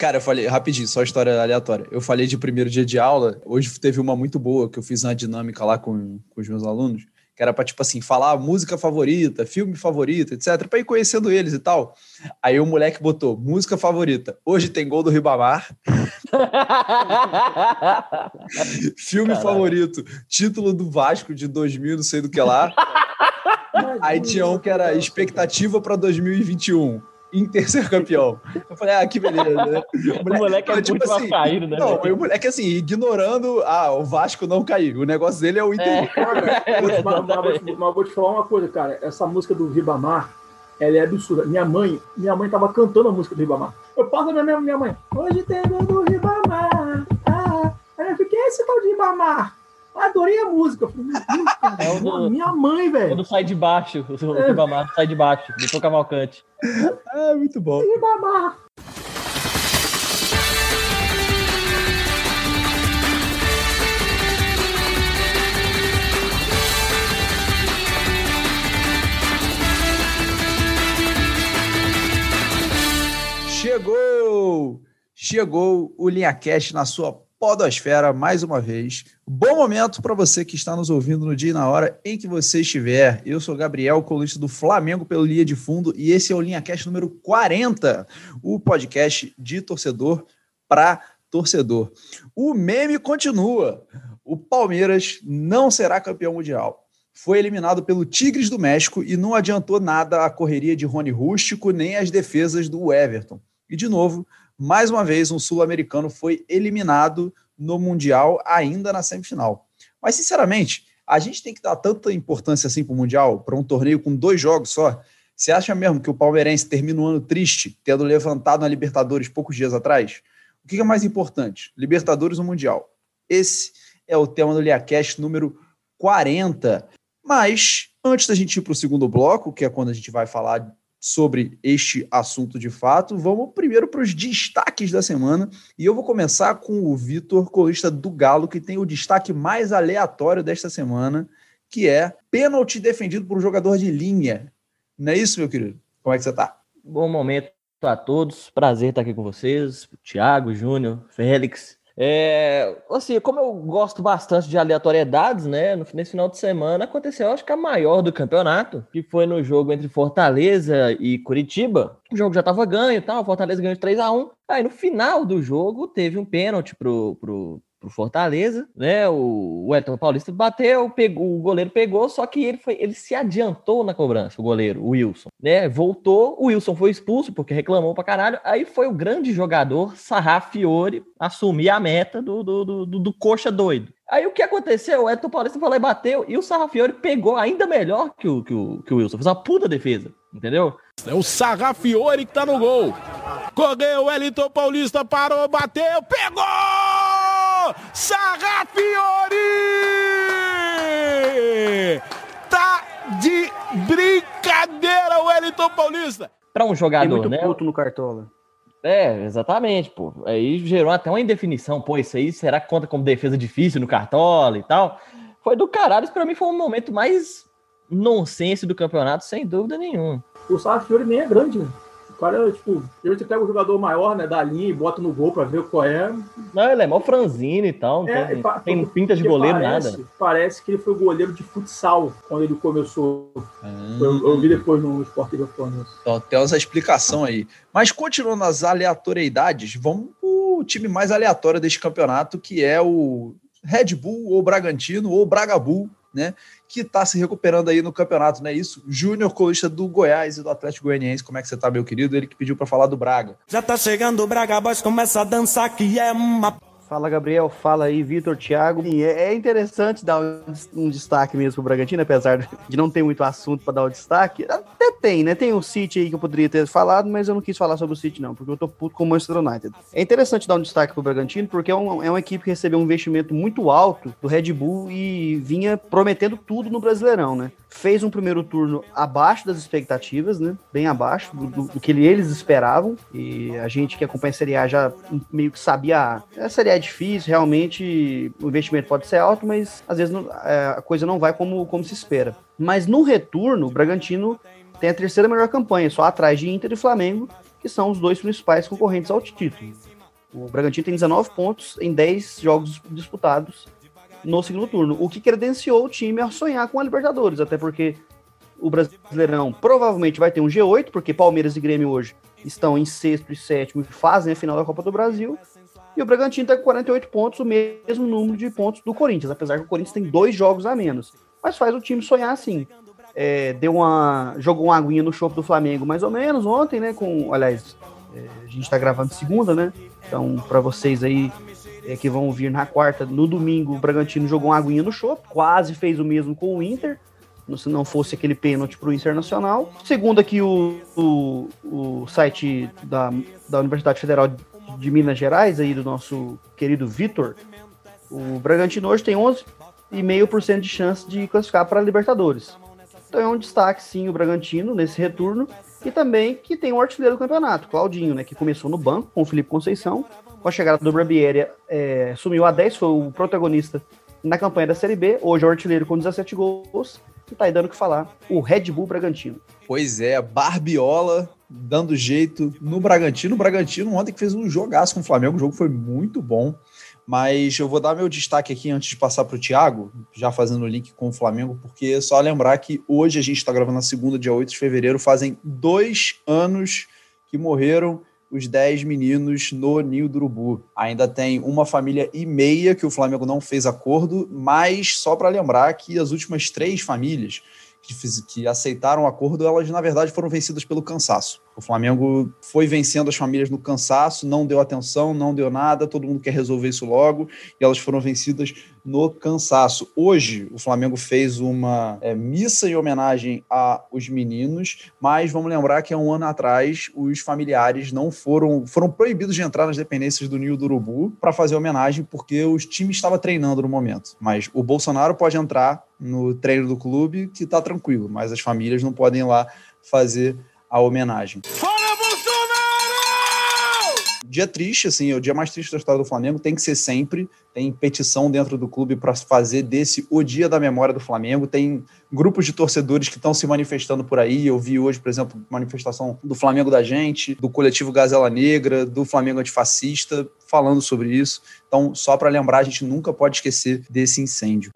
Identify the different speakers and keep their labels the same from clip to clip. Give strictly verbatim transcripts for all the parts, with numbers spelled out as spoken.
Speaker 1: Cara, eu falei, rapidinho, só história aleatória. Eu falei de primeiro dia de aula, hoje teve uma muito boa, que eu fiz uma dinâmica lá com, com os meus alunos, que era pra, tipo assim, falar música favorita, filme favorito, etcétera, pra ir conhecendo eles e tal. Aí o moleque botou, música favorita, hoje tem gol do Ribamar. Filme Caralho. Favorito, título do Vasco de dois mil, não sei do que lá. Aí tinha um que era expectativa pra dois mil e vinte e um. Inter ser campeão. Eu falei, ah, que beleza, né? O moleque,
Speaker 2: o moleque é
Speaker 1: tipo
Speaker 2: muito
Speaker 1: assim,
Speaker 2: caído, né?
Speaker 1: Não, o moleque, assim, ignorando, ah, o Vasco não caiu. O negócio dele é o Inter.
Speaker 3: É, mas, mas, mas, mas vou te falar uma coisa, cara. Essa música do Ribamar, ela é absurda. Minha mãe, minha mãe tava cantando a música do Ribamar. Eu passo na minha, minha mãe, hoje tem gol do Ribamar. Ah, aí eu fiquei, esse tal de Ribamar. Adorei a música. Eu falei, meu Deus, cara, é do, minha mãe, velho.
Speaker 2: É do Sai de Baixo, o é. Ribamar, Sai de Baixo, do Cavalcante.
Speaker 1: Ah, muito bom.
Speaker 3: Ribamar.
Speaker 1: Chegou! Chegou o LinhaCast na sua podosfera mais uma vez. Bom momento para você que está nos ouvindo no dia e na hora em que você estiver. Eu sou Gabriel, colunista do Flamengo pelo Linha de Fundo, e esse é o LinhaCast número quarenta, o podcast de torcedor para torcedor. O meme continua. O Palmeiras não será campeão mundial. Foi eliminado pelo Tigres do México e não adiantou nada a correria de Rony Rústico nem as defesas do Everton. E, de novo, mais uma vez, um sul-americano foi eliminado no Mundial ainda na semifinal. Mas, sinceramente, a gente tem que dar tanta importância assim para o Mundial, para um torneio com dois jogos só? Você acha mesmo que o palmeirense termina o ano triste, tendo levantado na Libertadores poucos dias atrás? O que é mais importante, Libertadores ou Mundial? Esse é o tema do LinhaCast número quarenta. Mas, antes da gente ir para o segundo bloco, que é quando a gente vai falar sobre este assunto de fato, vamos primeiro para os destaques da semana, e eu vou começar com o Vitor, colunista do Galo, que tem o destaque mais aleatório desta semana, que é pênalti defendido por um jogador de linha. Não é isso, meu querido? Como é que você tá?
Speaker 2: Bom momento a todos, prazer estar aqui com vocês, Thiago, Júnior, Félix. É, assim, como eu gosto bastante de aleatoriedades, né, nesse final de semana aconteceu, acho que a maior do campeonato, que foi no jogo entre Fortaleza e Curitiba. O jogo já estava ganho e tal, Fortaleza ganhou de três a um. Aí no final do jogo teve um pênalti pro, pro, pro Fortaleza, né, o Wellington Paulista bateu, pegou, o goleiro pegou, só que ele, foi, ele se adiantou na cobrança, o goleiro, o Wilson, né, voltou, o Wilson foi expulso porque reclamou pra caralho, aí foi o grande jogador Sarrafiore assumir a meta do, do, do, do, do coxa doido. Aí o que aconteceu? O Wellington Paulista foi lá e bateu, e o Sarrafiore pegou ainda melhor que o, que o, que o Wilson, fez uma puta defesa, entendeu?
Speaker 4: É o Sarrafiore que tá no gol. Correu, Wellington Paulista parou, bateu, pegou! Sarrafiore! Tá de brincadeira o Wellington Paulista!
Speaker 2: Pra um jogador,
Speaker 3: Tem muito
Speaker 2: né?
Speaker 3: puto no Cartola.
Speaker 2: É, exatamente, pô. Aí gerou até uma indefinição, pô, isso aí será que conta como defesa difícil no Cartola e tal? Foi do caralho, isso pra mim foi um momento mais nonsense do campeonato, sem dúvida nenhuma.
Speaker 3: O Sarrafiore nem é grande, né? O cara, tipo, você pega um jogador maior, né, da linha e bota no gol pra ver qual é.
Speaker 2: Não, ele é mó franzino e tal, não
Speaker 3: é,
Speaker 2: tem,
Speaker 3: pa,
Speaker 2: tem pinta de goleiro,
Speaker 3: parece,
Speaker 2: nada.
Speaker 3: Parece que ele foi goleiro de futsal quando ele começou. Hum. Eu, eu vi depois no Sport T V Fluminense.
Speaker 1: Então, temos a explicação aí. Mas continuando nas aleatoriedades, vamos pro time mais aleatório deste campeonato, que é o Red Bull, ou Bragantino, ou Bragabull, né? Que tá se recuperando aí no campeonato, não é isso? Júnior, colunista do Goiás e do Atlético Goianiense, como é que você tá, meu querido? Ele que pediu pra falar do Braga.
Speaker 5: Já tá chegando o Braga, Boys começa a dançar que é uma...
Speaker 6: Fala, Gabriel. Fala aí, Vitor, Thiago. Sim, é interessante dar um destaque mesmo pro Bragantino, apesar de não ter muito assunto para dar o destaque. Até tem, né? Tem o City aí que eu poderia ter falado, mas eu não quis falar sobre o City, não, porque eu tô puto com o Manchester United. É interessante dar um destaque pro Bragantino, porque é, um, é uma equipe que recebeu um investimento muito alto do Red Bull e vinha prometendo tudo no Brasileirão, né? Fez um primeiro turno abaixo das expectativas, né? Bem abaixo do, do, do que eles esperavam. E a gente que acompanha a Série A já meio que sabia. A Série A é difícil, realmente o investimento pode ser alto, mas às vezes não, é, a coisa não vai como, como se espera. Mas no retorno, o Bragantino tem a terceira melhor campanha, só atrás de Inter e Flamengo, que são os dois principais concorrentes ao título. O Bragantino tem dezenove pontos em dez jogos disputados no segundo turno, o que credenciou o time a sonhar com a Libertadores, até porque o Brasileirão provavelmente vai ter um G oito, porque Palmeiras e Grêmio hoje estão em sexto e sétimo e fazem a final da Copa do Brasil, e o Bragantino está com quarenta e oito pontos, o mesmo número de pontos do Corinthians, apesar que o Corinthians tem dois jogos a menos, mas faz o time sonhar assim. É, deu uma, jogou uma aguinha no chope do Flamengo mais ou menos ontem, né, com, aliás, é, a gente está gravando segunda, né, então para vocês aí é, que vão vir na quarta, no domingo o Bragantino jogou uma aguinha no chope, quase fez o mesmo com o Inter, se não fosse aquele pênalti para o Internacional. Segundo aqui o, o, o site da, da Universidade Federal de Minas Gerais, aí do nosso querido Vitor, o Bragantino hoje tem onze vírgula cinco por cento de chance de classificar para a Libertadores. Então é um destaque sim o Bragantino nesse retorno, e também que tem o artilheiro do campeonato, Claudinho, né, que começou no banco com o Felipe Conceição, com a chegada do Barbieri, é, sumiu a dez, foi o protagonista na campanha da Série B, hoje é o artilheiro com dezessete gols, e tá aí dando o que falar, o Red Bull Bragantino.
Speaker 1: Pois é, Barbiola dando jeito no Bragantino. O Bragantino ontem que fez um jogaço com o Flamengo, o jogo foi muito bom, mas eu vou dar meu destaque aqui antes de passar para o Thiago, já fazendo o link com o Flamengo, porque é só lembrar que hoje a gente está gravando na segunda, dia oito de fevereiro, fazem dois anos que morreram os dez meninos no Ninho do Urubu. Ainda tem uma família e meia que o Flamengo não fez acordo, mas só para lembrar que as últimas três famílias que, fiz, que aceitaram o acordo, elas na verdade foram vencidas pelo cansaço. O Flamengo foi vencendo as famílias no cansaço, não deu atenção, não deu nada, todo mundo quer resolver isso logo, e elas foram vencidas no cansaço. Hoje, o Flamengo fez uma é, missa em homenagem aos meninos, mas vamos lembrar que há um ano atrás, os familiares não foram, foram proibidos de entrar nas dependências do Ninho do Urubu para fazer homenagem, porque os times estavam treinando no momento. Mas o Bolsonaro pode entrar no treino do clube, que está tranquilo, mas as famílias não podem ir lá fazer a homenagem.
Speaker 4: Fora Bolsonaro!
Speaker 1: Dia triste, assim, é o dia mais triste da história do Flamengo, tem que ser sempre, tem petição dentro do clube para fazer desse o dia da memória do Flamengo, tem grupos de torcedores que estão se manifestando por aí, eu vi hoje, por exemplo, manifestação do Flamengo da Gente, do coletivo Gazela Negra, do Flamengo Antifascista, falando sobre isso, então só para lembrar, a gente nunca pode esquecer desse incêndio.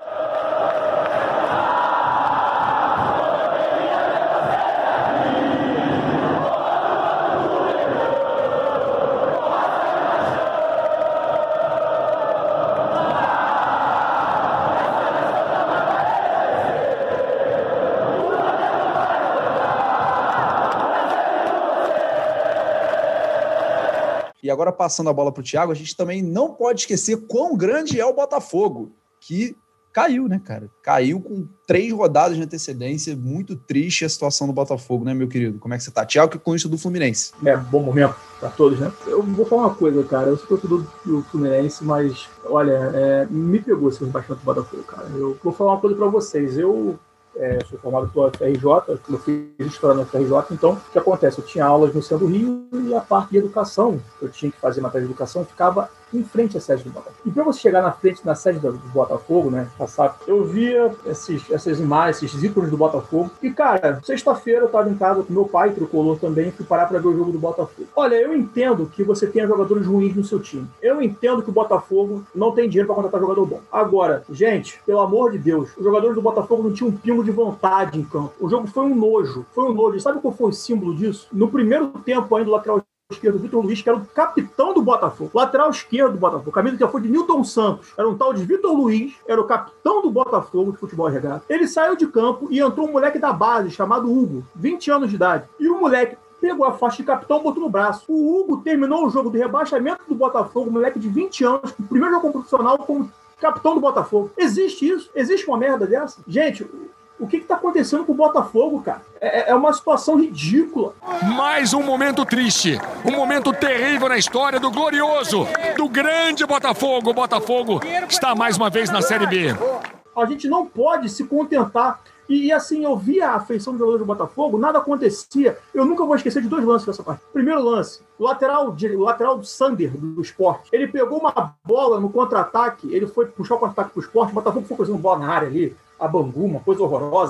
Speaker 1: E agora, passando a bola para o Thiago, a gente também não pode esquecer quão grande é o Botafogo, que caiu, né, cara? Caiu com três rodadas de antecedência, muito triste a situação do Botafogo, né, meu querido? Como é que você tá? Thiago, que com isso do Fluminense.
Speaker 3: É, bom momento para todos, né? Eu vou falar uma coisa, cara, eu sou torcedor do Fluminense, mas, olha, é, me pegou esse bastante do Botafogo, cara. Eu vou falar uma coisa para vocês, eu... É, sou formado pela F R J, eu fiz história na F R J, então o que acontece? Eu tinha aulas no Centro do Rio e a parte de educação, eu tinha que fazer matéria de educação, ficava em frente à sede do Botafogo. E para você chegar na frente, na sede do Botafogo, né, passar, eu via esses, essas imagens, esses ícones do Botafogo, e cara, sexta-feira eu estava em casa com meu pai, tricolor também, fui parar para ver o jogo do Botafogo. Olha, eu entendo que você tenha jogadores ruins no seu time, eu entendo que o Botafogo não tem dinheiro para contratar jogador bom. Agora, gente, pelo amor de Deus, os jogadores do Botafogo não tinham um pingo de vontade em campo. O jogo foi um nojo, foi um nojo. Sabe qual foi o símbolo disso? No primeiro tempo ainda, o lateral esquerdo, Vitor Luiz, que era o capitão do Botafogo. Lateral esquerdo do Botafogo. Camisa que foi de Nilton Santos. Era um tal de Vitor Luiz, era o capitão do Botafogo de futebol regata. Ele saiu de campo e entrou um moleque da base chamado Hugo, vinte anos de idade. E o moleque pegou a faixa de capitão e botou no braço. O Hugo terminou o jogo de rebaixamento do Botafogo, um moleque de vinte anos, o primeiro jogo profissional como capitão do Botafogo. Existe isso? Existe uma merda dessa? Gente, o que está acontecendo com o Botafogo, cara? É, é uma situação ridícula.
Speaker 4: Mais um momento triste, um momento terrível na história do glorioso, do grande Botafogo. O Botafogo está mais uma vez na Série B.
Speaker 3: A gente não pode se contentar. E, e assim, eu via a afeição dos jogadores do Botafogo, nada acontecia. Eu nunca vou esquecer de dois lances dessa parte. Primeiro lance, o lateral, o lateral do Sander, do Sport, ele pegou uma bola no contra-ataque, ele foi puxar o contra-ataque pro Sport, o Botafogo foi fazendo bola na área ali, a Bangu, uma coisa horrorosa.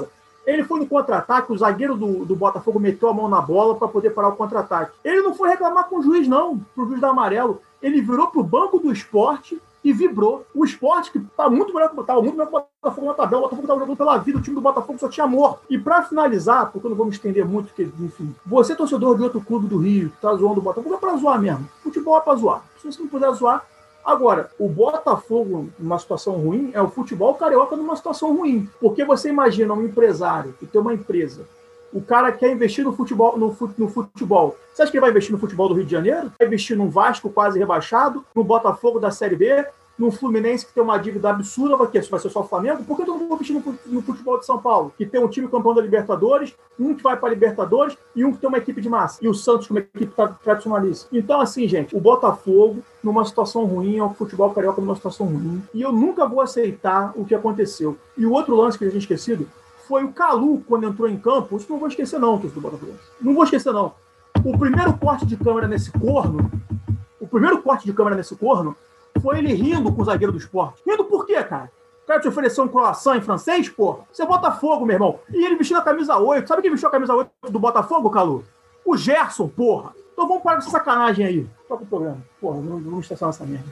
Speaker 3: Ele foi no contra-ataque, o zagueiro do, do Botafogo meteu a mão na bola para poder parar o contra-ataque. Ele não foi reclamar com o juiz, não, pro juiz da amarelo. Ele virou pro banco do Sport e vibrou. O Sport, que tá muito melhor que estava muito melhor que o Botafogo na tabela, o Botafogo estava jogando pela vida, o time do Botafogo só tinha morto. E para finalizar, porque eu não vou me estender muito, porque, enfim, você, torcedor de outro clube do Rio, que tá zoando o Botafogo, é pra zoar mesmo. Futebol é pra zoar. Se você não puder zoar. Agora, o Botafogo numa situação ruim é o futebol carioca numa situação ruim. Porque você imagina um empresário que tem uma empresa, o cara quer investir no futebol, no, no futebol. Você acha que ele vai investir no futebol do Rio de Janeiro? Vai investir num Vasco quase rebaixado, no Botafogo da Série B, num Fluminense que tem uma dívida absurda, vai, vai ser só o Flamengo? Por que eu não vou investir no, no futebol de São Paulo? Que tem um time campeão da Libertadores, um que vai para a Libertadores e um que tem uma equipe de massa. E o Santos, como equipe tradicionalista. Então, assim, gente, o Botafogo, numa situação ruim, é o futebol carioca numa situação ruim. E eu nunca vou aceitar o que aconteceu. E o outro lance que a gente esquecido foi o Calu, quando entrou em campo. Isso não vou esquecer, não, torcedor do Botafogo. Não vou esquecer, não. O primeiro corte de câmera nesse corno, o primeiro corte de câmera nesse corno, foi ele rindo com o zagueiro do Sport. Rindo por quê, cara? O cara te ofereceu um croissant em francês, porra? Você é Botafogo, meu irmão. E ele vestiu a camisa oito. Sabe quem vestiu a camisa oito do Botafogo, Calu? O Gerson, porra. Então vamos parar com essa sacanagem aí. Toca o programa. Porra, não vamos estacionar essa merda.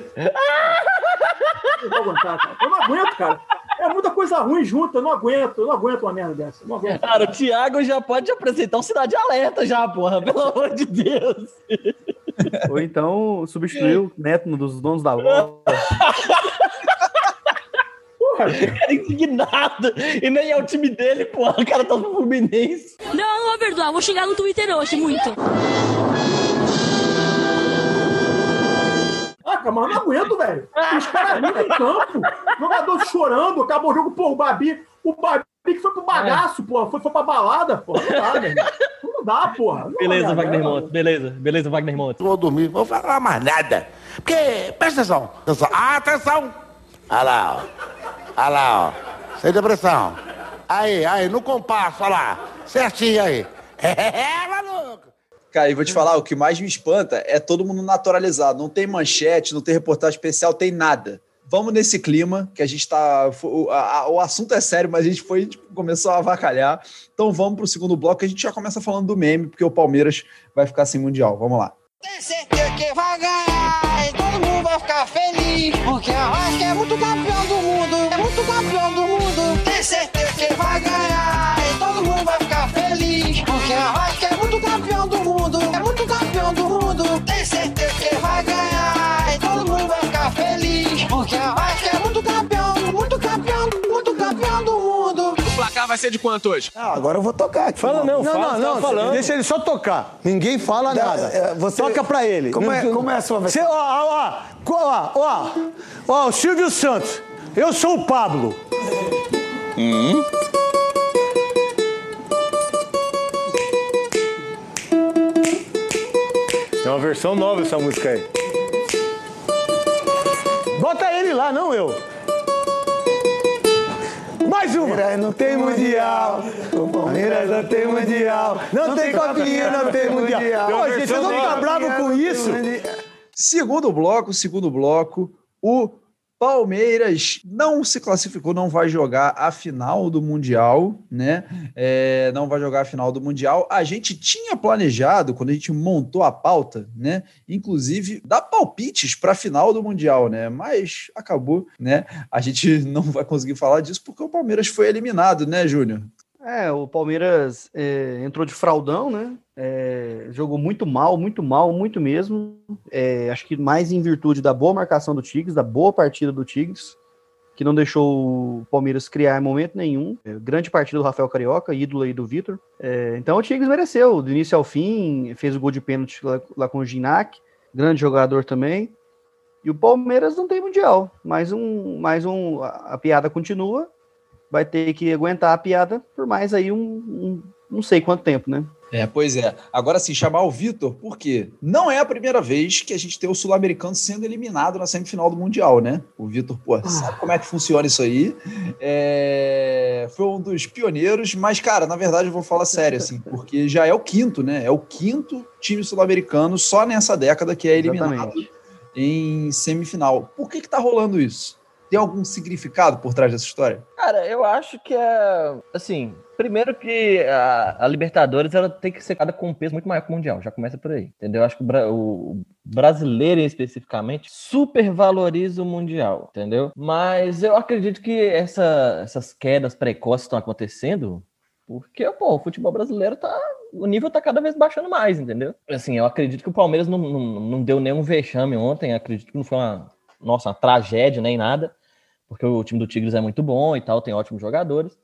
Speaker 3: Eu não vou aguentar, cara. Eu não aguento, cara. É muita coisa ruim junto. Eu não aguento. Eu não aguento uma merda dessa. Eu não aguento.
Speaker 2: Cara, o Thiago já pode apresentar um Cidade Alerta já, porra. Pelo amor de Deus.
Speaker 6: Ou então substituiu o Neto dos donos da bola.
Speaker 2: Porra, o cara é indignado. E nem é o time dele, porra. O cara tá no Fluminense.
Speaker 7: Não, não vou perdoar. Vou xingar no Twitter hoje, muito.
Speaker 3: Ah, cara, mas eu não aguento, velho. Os caras rindo em campo. Jogador chorando. Acabou o jogo, pô, o Babi. O Babi que foi pro bagaço, é. porra. Foi, foi pra balada, porra. Não dá, velho. Não dá, porra. Não
Speaker 2: beleza,
Speaker 3: dá,
Speaker 2: Wagner
Speaker 3: né?
Speaker 2: Montes. Beleza, beleza, Wagner Montes.
Speaker 8: Vou dormir, não vou falar mais nada. Porque, presta atenção. atenção. Ah, atenção. Olha lá, ó. Olha lá, ó. Sem depressão. Aí, aí, no compasso, olha lá. Certinho aí. É, maluco.
Speaker 1: Cara, e vou te falar, o que mais me espanta é todo mundo naturalizado. Não tem manchete, não tem reportagem especial, tem nada. Vamos nesse clima, que a gente tá... O, a, o assunto é sério, mas a gente foi, tipo, começou a avacalhar. Então vamos pro segundo bloco, que a gente já começa falando do meme, porque o Palmeiras vai ficar sem Mundial. Vamos lá.
Speaker 9: Tem certeza que vai ganhar e todo mundo vai ficar feliz, porque a Vasco é muito campeão do mundo, é muito campeão do mundo. Tem certeza que vai ganhar e todo mundo vai ficar feliz, porque a Vasco é muito campeão do mundo, é muito campeão do mundo. Tem certeza que vai ganhar e todo mundo vai ficar feliz, porque a Vasco é muito campeão, muito campeão, muito campeão do mundo.
Speaker 4: O placar vai ser de quanto hoje?
Speaker 10: Ah, agora eu vou tocar aqui.
Speaker 11: Fala não,
Speaker 10: não,
Speaker 11: fala,
Speaker 10: não, não,
Speaker 11: falando. Deixa ele só tocar. Ninguém fala
Speaker 10: Não,
Speaker 11: nada.
Speaker 10: é, você-
Speaker 11: Toca pra ele.
Speaker 10: Como é-
Speaker 11: Não-
Speaker 10: como é a sua versão?
Speaker 11: Cê- Ó, ó, ó, ó, ó, ó, o Silvio Santos. Eu sou o Pablo. É uma versão nova essa música aí. Bota ele lá, não eu. Mais uma.
Speaker 10: Palmeiras não tem mundial. O Palmeiras não tem mundial.
Speaker 11: Não, tem copinha, não tem mundial. Pô, gente, vocês não ficam bravos com isso?
Speaker 1: Segundo bloco, segundo bloco, o Palmeiras não se classificou, não vai jogar a final do Mundial, né? É, não vai jogar a final do Mundial. A gente tinha planejado, quando a gente montou a pauta, né? Inclusive, dar palpites para a final do Mundial, né? Mas acabou, né? A gente não vai conseguir falar disso porque o Palmeiras foi eliminado, né, Júnior?
Speaker 6: É, o Palmeiras é, entrou de fraudão, né? É, jogou muito mal, muito mal, muito mesmo. É, acho que mais em virtude da boa marcação do Tigres, da boa partida do Tigres, que não deixou o Palmeiras criar em momento nenhum. É, grande partida do Rafael Carioca, ídolo aí do Vitor. É, então o Tigres mereceu, do início ao fim, fez o gol de pênalti lá, lá com o Ginac, grande jogador também. E o Palmeiras não tem mundial. Mais um, mais um, a, a piada continua. Vai ter que aguentar a piada por mais aí um, um não sei quanto tempo, né?
Speaker 1: É, pois é. Agora sim, chamar o Vitor, porque não é a primeira vez que a gente tem o sul-americano sendo eliminado na semifinal do Mundial, né? O Vitor, pô, sabe como é que funciona isso aí? É... Foi um dos pioneiros, mas, cara, na verdade eu vou falar sério, assim, porque já é o quinto, né? É o quinto time sul-americano só nessa década que é eliminado.
Speaker 6: Exatamente.
Speaker 1: Em semifinal. Por que que tá rolando isso? tem algum significado por trás dessa história?
Speaker 2: Cara, eu acho que é, assim, primeiro que a, a Libertadores ela tem que ser cada com um peso muito maior que o Mundial, já começa por aí, entendeu? Eu acho que o, bra- o brasileiro especificamente supervaloriza o Mundial, entendeu? Mas eu acredito que essa, essas quedas precoces estão acontecendo porque, pô, o futebol brasileiro tá, o nível tá cada vez baixando mais, entendeu? Assim, eu acredito que o Palmeiras não, não, não deu nenhum vexame ontem, acredito que não foi uma, nossa, uma tragédia nem nada, porque o time do Tigres é muito bom e tal, tem ótimos jogadores,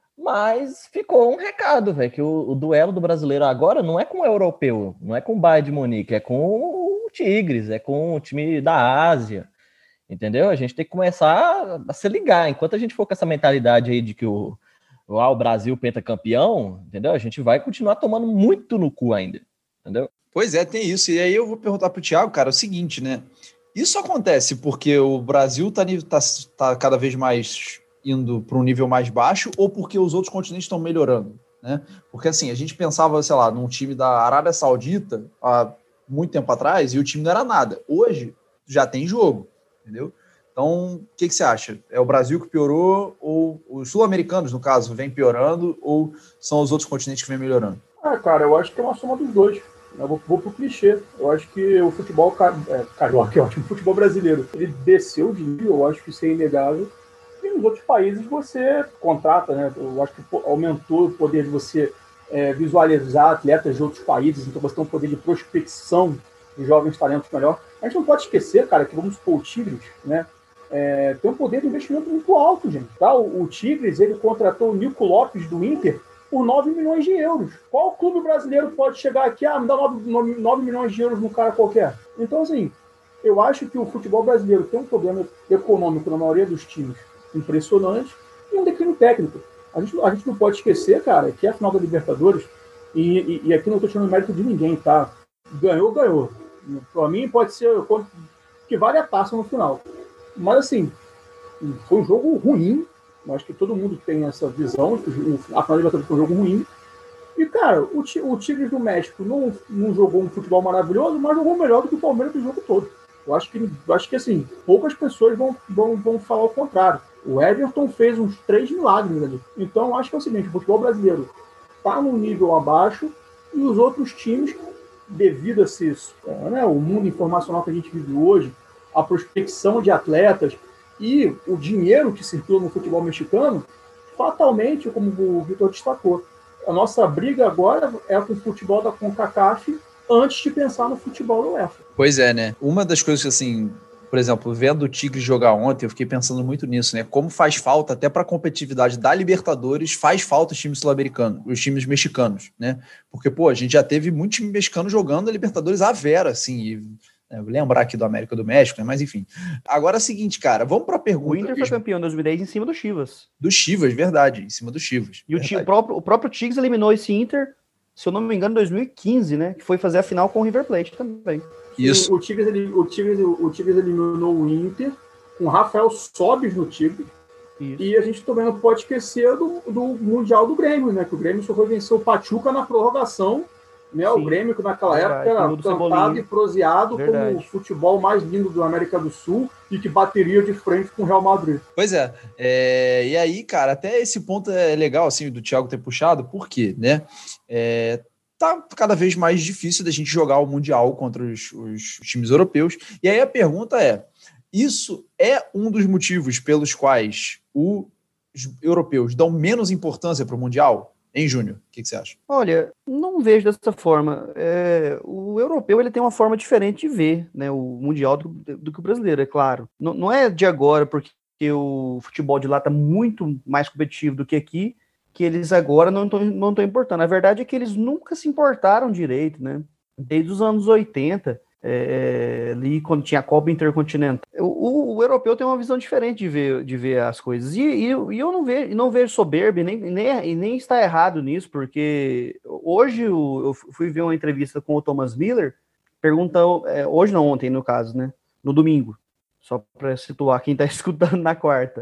Speaker 2: mas ficou um recado, velho, que o, o duelo do brasileiro agora não é com o europeu, não é com o Bayern de Munique, é com o Tigres, é com o time da Ásia, entendeu? A gente tem que começar a se ligar, enquanto a gente for com essa mentalidade aí de que o, o, ah, o Brasil pentacampeão, entendeu? A gente vai continuar tomando muito no cu ainda, entendeu?
Speaker 1: Pois é, tem isso, e aí eu vou perguntar pro Thiago, cara, o seguinte, né? Isso acontece porque o Brasil está tá, tá cada vez mais indo para um nível mais baixo ou porque os outros continentes estão melhorando, né? Porque assim, a gente pensava, sei lá, num time da Arábia Saudita há muito tempo atrás e o time não era nada. Hoje já tem jogo, entendeu? Então, o que, que você acha? É o Brasil que piorou ou os sul-americanos, no caso, vem piorando ou são os outros continentes que vêm melhorando?
Speaker 3: Ah, cara, eu acho que é uma soma dos dois. Eu vou, vou pro clichê. Eu acho que o futebol é, carioca, é ótimo. O futebol brasileiro, ele desceu de nível, eu acho que isso é inegável. E nos outros países você contrata, né? Eu acho que aumentou o poder de você é, visualizar atletas de outros países, então você tem um poder de prospecção de jovens talentos melhor. A gente não pode esquecer, cara, que vamos supor o Tigres, né? É, tem um poder de investimento muito alto, gente. Tá? O, o Tigres, ele contratou o Nico Lopes do Inter por nove milhões de euros. Qual clube brasileiro pode chegar aqui, ah, me dá nove milhões de euros num cara qualquer? Então, assim, eu acho que o futebol brasileiro tem um problema econômico na maioria dos times impressionante e um declínio técnico. A gente, a gente não pode esquecer, cara, que é a final da Libertadores, e, e, e aqui não estou tirando mérito de ninguém, tá? Ganhou, ganhou. Para mim, pode ser que vale a taça no final. Mas, assim, foi um jogo ruim. Eu acho que todo mundo tem essa visão de que a final da Libertadores foi um jogo ruim. E, cara, o, o Tigres do México não, não jogou um futebol maravilhoso, mas jogou melhor do que o Palmeiras do jogo todo. Eu acho que, eu acho que assim, poucas pessoas vão, vão, vão falar o contrário. O Everton fez uns três milagres ali. Então, eu acho que é o seguinte, o futebol brasileiro está num nível abaixo e os outros times, devido a esse, né, o mundo informacional que a gente vive hoje, a prospecção de atletas e o dinheiro que circula no futebol mexicano, fatalmente, como o Vitor destacou, a nossa briga agora é com o futebol da CONCACAF antes de pensar no futebol da UEFA.
Speaker 1: Pois é, né? Uma das coisas que, assim, por exemplo, vendo o Tigres jogar ontem, eu fiquei pensando muito nisso, né? Como faz falta, até para a competitividade da Libertadores, faz falta os times sul-americanos, os times mexicanos, né? Porque, pô, a gente já teve muito time mexicano jogando a Libertadores à vera, assim, e é, vou lembrar aqui do América do México, né? Mas enfim. Agora é o seguinte, cara, vamos para a pergunta.
Speaker 6: O Inter foi campeão em dois mil e dez em cima do Chivas.
Speaker 1: Do Chivas, verdade, em cima do Chivas.
Speaker 6: E o, o, próprio, o próprio Tigres eliminou esse Inter, se eu não me engano, em dois mil e quinze, né? Que foi fazer a final com o River Plate também.
Speaker 1: Isso.
Speaker 3: O, o, Tigres, ele, o, Tigres, o Tigres eliminou o Inter com o Rafael Sobis no Tigre. Isso. E a gente também não pode esquecer do, do Mundial do Grêmio, né? Que o Grêmio só foi vencer o Pachuca na prorrogação. Né? O Grêmio, que naquela Verdade, época era cantado e proseado Verdade. como o futebol mais lindo da América do Sul e que bateria de frente com o Real Madrid.
Speaker 1: Pois é. é. E aí, cara, até esse ponto é legal, assim, do Thiago ter puxado, por quê, né? É... Tá cada vez mais difícil da gente jogar o Mundial contra os, os times europeus. E aí a pergunta é, isso é um dos motivos pelos quais os europeus dão menos importância para o Mundial? Hein, Júnior? O que, que você acha?
Speaker 6: Olha, não vejo dessa forma. É, o europeu ele tem uma forma diferente de ver, né, o Mundial do, do que o brasileiro, é claro. Não, não é de agora, porque o futebol de lá está muito mais competitivo do que aqui, que eles agora não estão não estão importando. A verdade é que eles nunca se importaram direito, né? Desde os anos oitenta, é, ali quando tinha a Copa Intercontinental. O, o, o europeu tem uma visão diferente de ver, de ver as coisas. E, e, e eu não vejo, não vejo soberba, e nem, nem, nem está errado nisso, porque hoje eu, eu fui ver uma entrevista com o Thomas Miller, perguntando, é, hoje não, ontem no caso, né? No domingo, só para situar quem está escutando na quarta.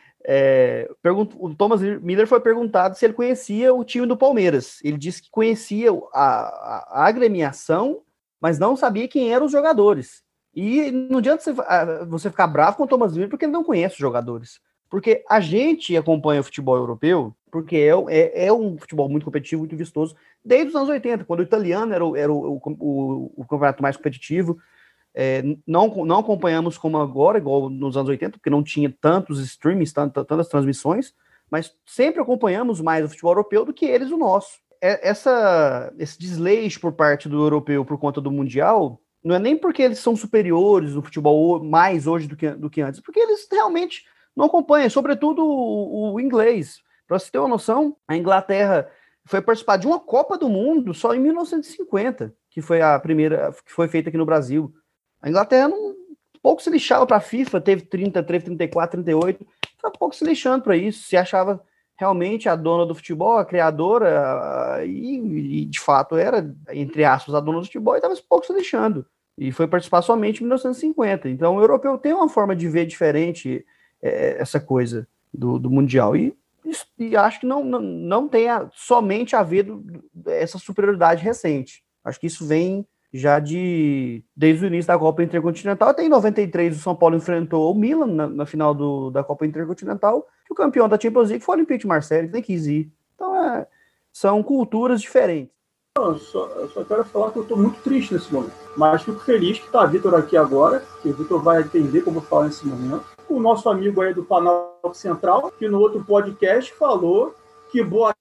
Speaker 6: É, pergunto, o Thomas Miller foi perguntado se ele conhecia o time do Palmeiras. Ele disse que conhecia a, a, a agremiação, mas não sabia quem eram os jogadores. E não adianta você, você ficar bravo com o Thomas Müller porque ele não conhece os jogadores. Porque a gente acompanha o futebol europeu, porque é, é, é um futebol muito competitivo, muito vistoso, desde os anos oitenta, quando o italiano era o, era o, o, o campeonato mais competitivo. É, não, não acompanhamos como agora, igual nos anos oitenta, porque não tinha tantos streamings, tantas transmissões, mas sempre acompanhamos mais o futebol europeu do que eles o nosso. É, essa, esse desleixo por parte do europeu por conta do Mundial, não é nem porque eles são superiores no futebol mais hoje do que, do que antes, porque eles realmente não acompanham, sobretudo o, o inglês. Para você ter uma noção, a Inglaterra foi participar de uma Copa do Mundo só em mil novecentos e cinquenta, que foi a primeira que foi feita aqui no Brasil. A Inglaterra não, pouco se lixava para a FIFA, teve trinta, trinta e quatro, trinta e oito, estava pouco se lixando para isso, se achava realmente a dona do futebol, a criadora, e, e de fato era, entre aspas, a dona do futebol, e estava pouco se lixando. E foi participar somente em mil novecentos e cinquenta. Então o europeu tem uma forma de ver diferente é, essa coisa do, do Mundial. E, e acho que não, não, não tem a, somente a ver do, essa superioridade recente. Acho que isso vem já de desde o início da Copa Intercontinental. Até em noventa e três o São Paulo enfrentou o Milan na, na final do, da Copa Intercontinental, que o campeão da Champions League foi o Olympique de Marseille, que nem quis ir. Então é, são culturas diferentes.
Speaker 3: Eu só, eu só quero falar que eu estou muito triste nesse momento, mas fico feliz que está Vitor aqui agora, que o Vitor vai entender como eu falo nesse momento. O nosso amigo aí do Planalto Central, que no outro podcast falou que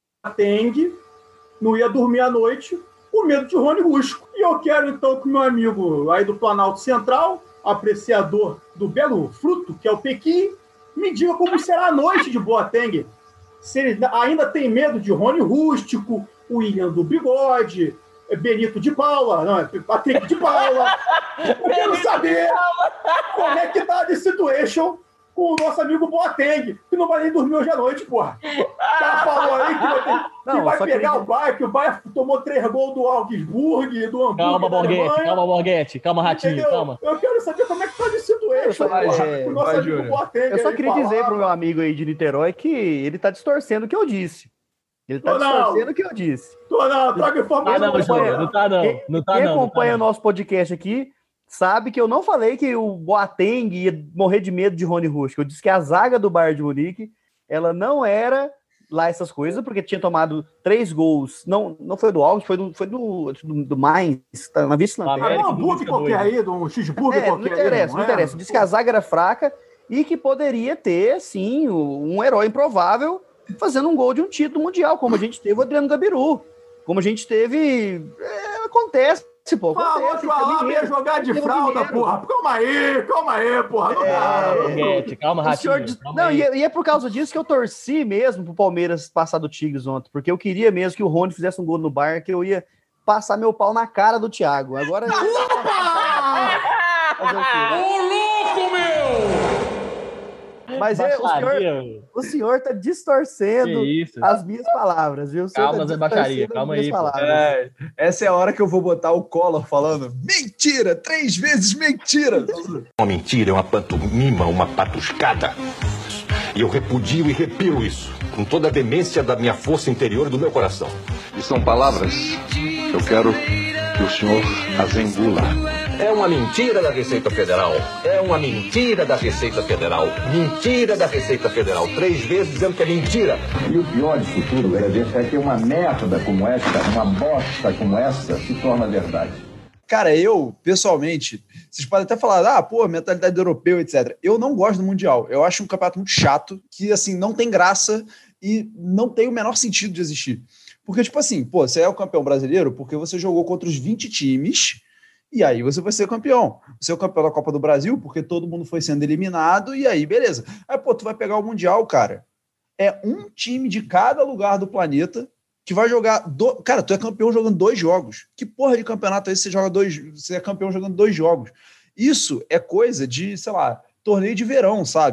Speaker 3: Boateng não ia dormir à noite com medo de Rony Rusco. E eu quero então que o meu amigo aí do Planalto Central, apreciador do belo fruto, que é o Pequi, me diga como será a noite de Boateng. Se ele ainda tem medo de Rony Rústico, William do Bigode, Benito de Paula, não, Patrick de Paula. Eu quero saber como é que tá a situation com o nosso amigo Boateng, que não vai nem dormir hoje à noite, porra. O cara falou aí que vai, ter, não, que vai pegar que... o Bayern, que o Bayern tomou três gols do Augsburg e do Hamburgo.
Speaker 2: Calma, Borghetti, calma, Borghetti, calma, Ratinho,
Speaker 3: entendeu?
Speaker 2: Calma.
Speaker 3: Eu quero saber como é que tá de situation,
Speaker 6: vai,
Speaker 3: porra,
Speaker 6: é,
Speaker 3: com o nosso
Speaker 6: vai,
Speaker 3: amigo
Speaker 6: Júnior.
Speaker 3: Boateng.
Speaker 6: Eu só queria
Speaker 3: falar,
Speaker 6: dizer pro meu amigo aí de Niterói que ele tá distorcendo o que eu disse. Ele tá distorcendo o que eu disse.
Speaker 3: Tô não, traga informação.
Speaker 2: Ah, não, Júnior, não tá não.
Speaker 6: Quem,
Speaker 2: não tá,
Speaker 6: quem
Speaker 2: não,
Speaker 6: acompanha
Speaker 2: não tá,
Speaker 6: o nosso podcast aqui sabe que eu não falei que o Boateng ia morrer de medo de Rony Rusco. Eu disse que a zaga do Bayern de Munique, ela não era lá essas coisas, porque tinha tomado três gols. Não, não foi do Alves, foi do, foi do, do, do Mainz, tá na vice-lanterna.
Speaker 3: Ah, um hambúrguer qualquer aí, um cheeseburger
Speaker 6: é,
Speaker 3: qualquer.
Speaker 6: Não interessa,
Speaker 3: aí,
Speaker 6: não, não interessa.
Speaker 3: é?
Speaker 6: Disse que a zaga era fraca e que poderia ter, sim, um herói improvável fazendo um gol de um título mundial, como a gente teve o Adriano Gabiru. Como a gente teve... É, acontece, pô.
Speaker 3: Falou que o Alaba ia jogar de fralda, porra. Calma aí, calma aí, porra. Não
Speaker 2: é, dá. Calma, Ratinho.
Speaker 6: Senhor... Calma não, e é, e é por causa disso que eu torci mesmo pro Palmeiras passar do Tigres ontem, porque eu queria mesmo que o Rony fizesse um gol no Bayern, que eu ia passar meu pau na cara do Thiago. Agora... Fazer o quê?
Speaker 4: Ô, louco, meu!
Speaker 6: Mas é, o, senhor, o senhor tá distorcendo as minhas palavras, viu? O
Speaker 2: calma,
Speaker 6: tá
Speaker 2: Zé Baixaria, calma aí.
Speaker 1: É, essa é a hora que eu vou botar o Collor falando mentira, três vezes mentira.
Speaker 12: Uma mentira é uma pantomima, uma patuscada. E eu repudio e repiro isso, com toda a demência da minha força interior e do meu coração.
Speaker 13: E são palavras que eu quero que o senhor as engula.
Speaker 12: É uma mentira da Receita Federal. É uma mentira da Receita Federal. Mentira da Receita Federal. Três vezes dizendo que é mentira.
Speaker 14: E o pior de tudo é que uma merda como essa, uma bosta como essa, se torna verdade.
Speaker 1: Cara, eu, pessoalmente, vocês podem até falar, ah, pô, mentalidade europeu, etcétera. Eu não gosto do Mundial. Eu acho um campeonato muito chato, que, assim, não tem graça e não tem o menor sentido de existir. Porque, tipo assim, pô, você é o campeão brasileiro porque você jogou contra os vinte times... E aí você vai ser campeão. Você é o campeão da Copa do Brasil, porque todo mundo foi sendo eliminado, e aí, beleza. Aí, pô, tu vai pegar o Mundial, cara. É um time de cada lugar do planeta que vai jogar... Do... Cara, tu é campeão jogando dois jogos. Que porra de campeonato é esse? Você joga dois... Você é campeão jogando dois jogos. Isso é coisa de, sei lá, torneio de verão, sabe?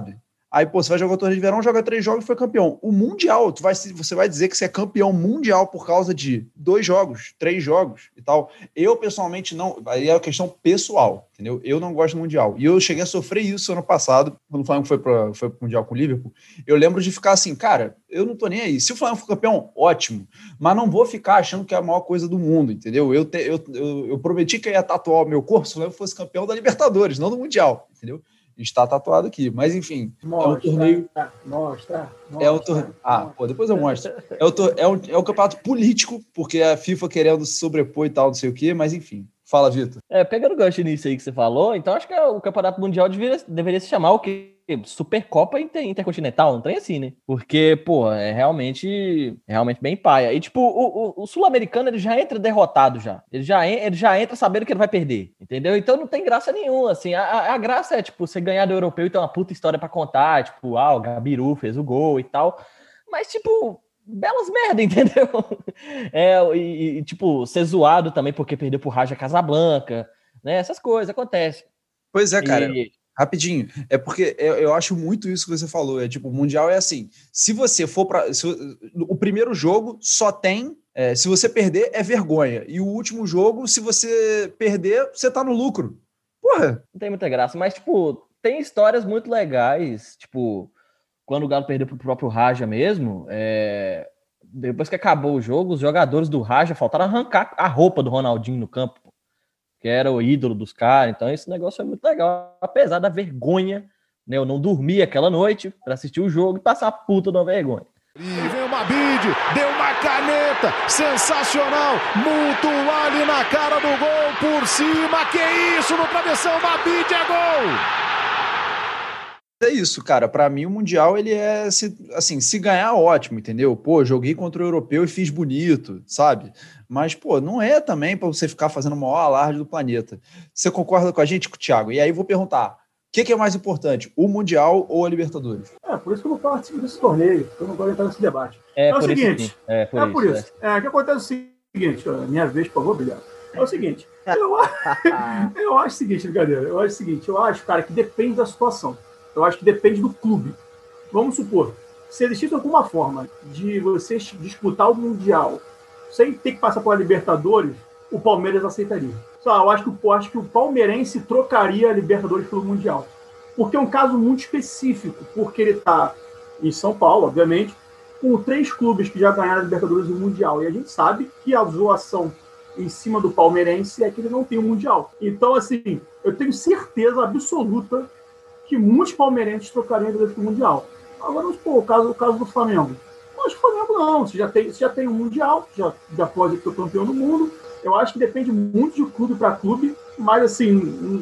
Speaker 1: Aí, pô, você vai jogar o torneio de verão, joga três jogos e foi campeão. O Mundial, tu vai, você vai dizer que você é campeão mundial por causa de dois jogos, três jogos e tal. Eu, pessoalmente, não... Aí é uma questão pessoal, entendeu? Eu não gosto do Mundial. E eu cheguei a sofrer isso ano passado, quando o Flamengo foi para foi pro Mundial com o Liverpool. Eu lembro de ficar assim, cara, eu não tô nem aí. Se o Flamengo for campeão, ótimo. Mas não vou ficar achando que é a maior coisa do mundo, entendeu? Eu, te, eu, eu, eu prometi que eu ia tatuar o meu corpo se o Flamengo fosse campeão da Libertadores, não do Mundial, entendeu? Está tatuado aqui, mas enfim, mostra, é um torneio.
Speaker 3: Mostra, mostra,
Speaker 1: é o torneio. Ah, pô, depois eu mostro. É o, tor... é, um... é um campeonato político, porque a FIFA querendo se sobrepor e tal, não sei o quê, mas enfim. Fala, Vitor.
Speaker 2: É, pegando o gancho nisso aí que você falou, então acho que o Campeonato Mundial deveria, deveria se chamar o quê? Supercopa Inter, Intercontinental, não tem assim, né? Porque, pô, é realmente, é realmente bem paia. E, tipo, o, o, o sul-americano, ele já entra derrotado já. Ele já, ele já entra sabendo que ele vai perder, entendeu? Então não tem graça nenhuma, assim. A, a, a graça é, tipo, você ganhar do europeu e ter uma puta história pra contar, tipo, ah, o Gabiru fez o gol e tal. Mas, tipo... belas merda, entendeu? É, e, e, tipo, ser zoado também porque perdeu pro Raja Casablanca, né? Essas coisas acontecem.
Speaker 1: Pois é, cara.
Speaker 2: E...
Speaker 1: Rapidinho. É porque eu, eu acho muito isso que você falou. É tipo, o Mundial é assim. Se você for para o primeiro jogo só tem. É, se você perder, é vergonha. E o último jogo, se você perder, você tá no lucro. Porra!
Speaker 2: Não tem muita graça, mas, tipo, tem histórias muito legais, tipo. Quando o Galo perdeu pro próprio Raja mesmo, é... depois que acabou o jogo, os jogadores do Raja faltaram arrancar a roupa do Ronaldinho no campo, que era o ídolo dos caras. Então esse negócio foi muito legal, apesar da vergonha, né? Eu não dormi aquela noite para assistir o jogo e passar a puta da vergonha.
Speaker 15: E vem uma bid, deu uma caneta, sensacional, Mutuali na cara do gol, por cima, que isso, no travessão, uma bid, é gol!
Speaker 1: É isso, cara. Pra mim, o Mundial, ele é, se, assim, se ganhar, ótimo, entendeu? Pô, joguei contra o europeu e fiz bonito, sabe? Mas, pô, não é também pra você ficar fazendo o maior alarde do planeta. Você concorda com a gente, Thiago? E aí, vou perguntar, o que, que é mais importante, o Mundial ou a Libertadores?
Speaker 3: É, por isso que eu não participo desse torneio, eu não vou entrar nesse debate.
Speaker 2: É,
Speaker 3: é o
Speaker 2: por
Speaker 3: seguinte,
Speaker 2: isso, é por
Speaker 3: é
Speaker 2: isso.
Speaker 3: Por isso. É. É, o que acontece é o seguinte, ó, minha vez, por favor, obrigado. É o seguinte, eu, eu acho o seguinte, brincadeira, eu acho o seguinte, eu acho, cara, que depende da situação. Eu acho que depende do clube. Vamos supor, se existisse alguma forma de você disputar o Mundial sem ter que passar pela Libertadores, o Palmeiras aceitaria. Só, eu acho que, eu acho que o palmeirense trocaria a Libertadores pelo Mundial. Porque é um caso muito específico, porque ele está em São Paulo, obviamente, com três clubes que já ganharam a Libertadores e o Mundial. E a gente sabe que a zoação em cima do palmeirense é que ele não tem o Mundial. Então, assim, eu tenho certeza absoluta que muitos palmeirenses trocariam a Libertadores pelo Mundial. Agora, vamos supor, o caso, o caso do Flamengo. Mas o Flamengo não, você já tem, você já tem um Mundial, já, já pode ser campeão do mundo. Eu acho que depende muito de clube para clube, mas assim,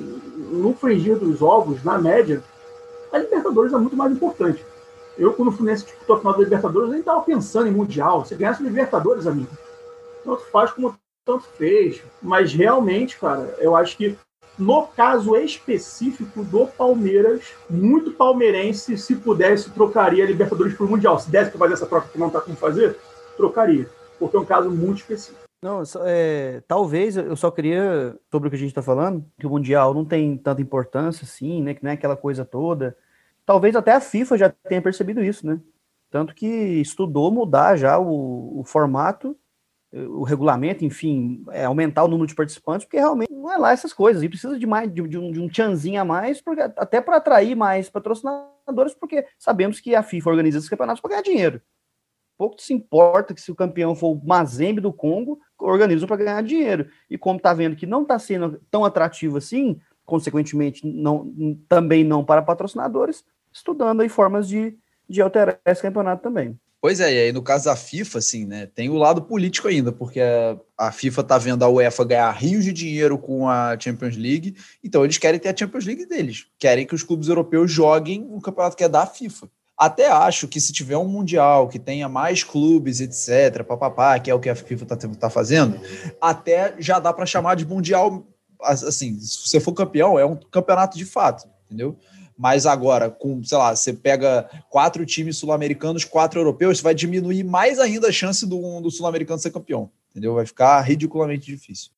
Speaker 3: no frigir dos ovos, na média, a Libertadores é muito mais importante. Eu, quando fui nesse disputou a final da Libertadores, eu nem estava pensando em Mundial. Você ganhasse Libertadores, amigo. Tanto faz como tanto fez. Mas realmente, cara, eu acho que no caso específico do Palmeiras, muito palmeirense, se pudesse, trocaria a Libertadores por Mundial. Se desse para fazer essa troca que não está como fazer, trocaria. Porque é um caso muito específico.
Speaker 6: Não, é, talvez eu só queria, sobre o que a gente está falando, que o Mundial não tem tanta importância assim, né? Que não é aquela coisa toda. Talvez até a FIFA já tenha percebido isso, né? Tanto que estudou mudar já o, o formato, o regulamento, enfim, é, aumentar o número de participantes, porque realmente não é lá essas coisas, e precisa de mais de, de um, de um tchanzinho a mais, porque, até para atrair mais patrocinadores, porque sabemos que a FIFA organiza esses campeonatos para ganhar dinheiro. Pouco se importa que se o campeão for o Mazembe do Congo, organizam para ganhar dinheiro. E como está vendo que não está sendo tão atrativo assim, consequentemente não, também não para patrocinadores, estudando aí formas de, de alterar esse campeonato também.
Speaker 1: Pois é, e aí no caso da FIFA, assim, né, tem o lado político ainda, porque a, a FIFA tá vendo a UEFA ganhar rios de dinheiro com a Champions League, então eles querem ter a Champions League deles, querem que os clubes europeus joguem o campeonato que é da FIFA. Até acho que se tiver um Mundial que tenha mais clubes, etcétera, papapá, que é o que a FIFA tá, tá fazendo, até já dá para chamar de Mundial, assim, se você for campeão, é um campeonato de fato, entendeu? Mas agora, com, sei lá, você pega quatro times sul-americanos, quatro europeus, você vai diminuir mais ainda a chance do, do sul-americano ser campeão, entendeu? Vai ficar ridiculamente difícil.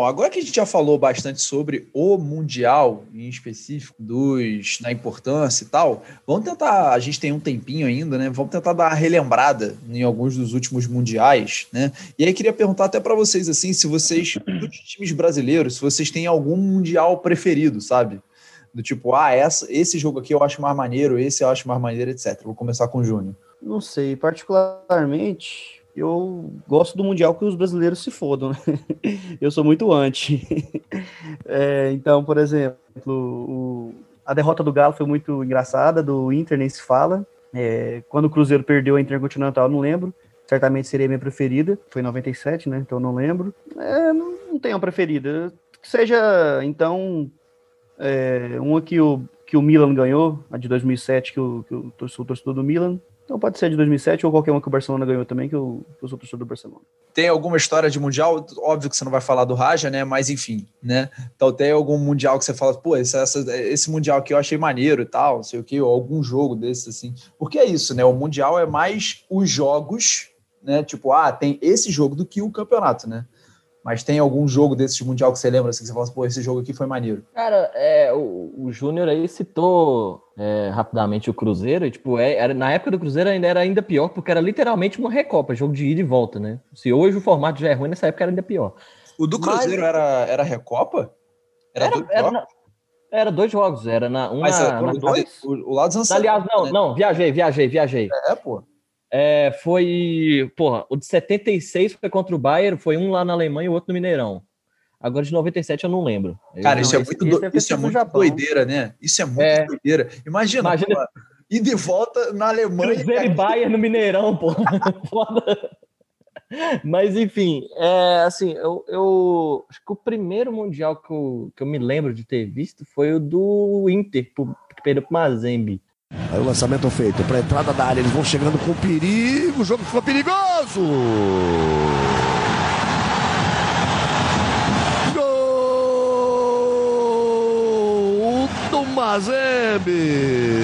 Speaker 1: Bom, agora que a gente já falou bastante sobre o Mundial, em específico, dos, na importância e tal, vamos tentar, a gente tem um tempinho ainda, né? Vamos tentar dar uma relembrada em alguns dos últimos Mundiais, né? E aí queria perguntar até para vocês, assim, se vocês, dos times brasileiros, se vocês têm algum Mundial preferido, sabe? Do tipo, ah, essa, esse jogo aqui eu acho mais maneiro, esse eu acho mais maneiro, etcétera. Vou começar com o Júnior.
Speaker 6: Não sei, particularmente, eu gosto do Mundial que os brasileiros se fodam, né? Eu sou muito anti. É, então, por exemplo, o, a derrota do Galo foi muito engraçada, do Inter nem se fala. É, quando o Cruzeiro perdeu a Intercontinental, não lembro. Certamente seria a minha preferida. Foi em noventa e sete, né? Então não lembro. É, não, não tenho uma preferida. Que seja, então... É, uma que o, que o Milan ganhou, a de dois mil e sete, que eu, que eu sou torcedor do Milan. Então pode ser a de dois mil e sete ou qualquer uma que o Barcelona ganhou também, que eu, que eu sou torcedor do Barcelona.
Speaker 1: Tem alguma história de Mundial? Óbvio que você não vai falar do Raja, né? Mas enfim, né? Então tem algum Mundial que você fala, pô, esse, essa, esse Mundial aqui eu achei maneiro e tal, não sei o quê, ou algum jogo desse, assim. Porque é isso, né? O Mundial é mais os jogos, né? Tipo, ah, tem esse jogo do que o campeonato, né? Mas tem algum jogo desses de Mundial que você lembra, assim, que você fala assim, pô, esse jogo aqui foi maneiro?
Speaker 2: Cara, é, o, o Júnior aí citou é, rapidamente o Cruzeiro, e, tipo, é, era, na época do Cruzeiro ainda era ainda pior, porque era literalmente uma recopa, jogo de ida e volta, né? Se hoje o formato já é ruim, nessa época era ainda pior.
Speaker 1: O do Cruzeiro Mas, era, era recopa? Era,
Speaker 2: era,
Speaker 1: dois
Speaker 2: era, na, era dois jogos, era na... Um
Speaker 1: Mas
Speaker 2: na,
Speaker 1: na dois? O, o lado dos
Speaker 2: Aliás, não,
Speaker 1: né?
Speaker 2: não, viajei, viajei, viajei.
Speaker 1: É, pô.
Speaker 2: É, foi, porra, o de setenta e seis foi contra o Bayern, foi um lá na Alemanha e o outro no Mineirão. Agora de noventa e sete eu não lembro.
Speaker 1: Cara,
Speaker 2: eu,
Speaker 1: isso
Speaker 2: não,
Speaker 1: é
Speaker 2: esse,
Speaker 1: muito, do,
Speaker 2: esse
Speaker 1: isso é muito doideira, né? Isso é muito é. doideira. Imagina,
Speaker 2: Imagina...
Speaker 1: Pô, ir de volta na Alemanha.
Speaker 2: Cruzeiro e Bayern no Mineirão, pô. Foda. Mas, enfim, é, assim, eu, eu acho que o primeiro Mundial que eu, que eu me lembro de ter visto foi o do Inter, que perdeu pro Mazembe.
Speaker 15: Aí o lançamento feito para a entrada da área, eles vão chegando com perigo, o jogo ficou perigoso! Gol do Mazembe!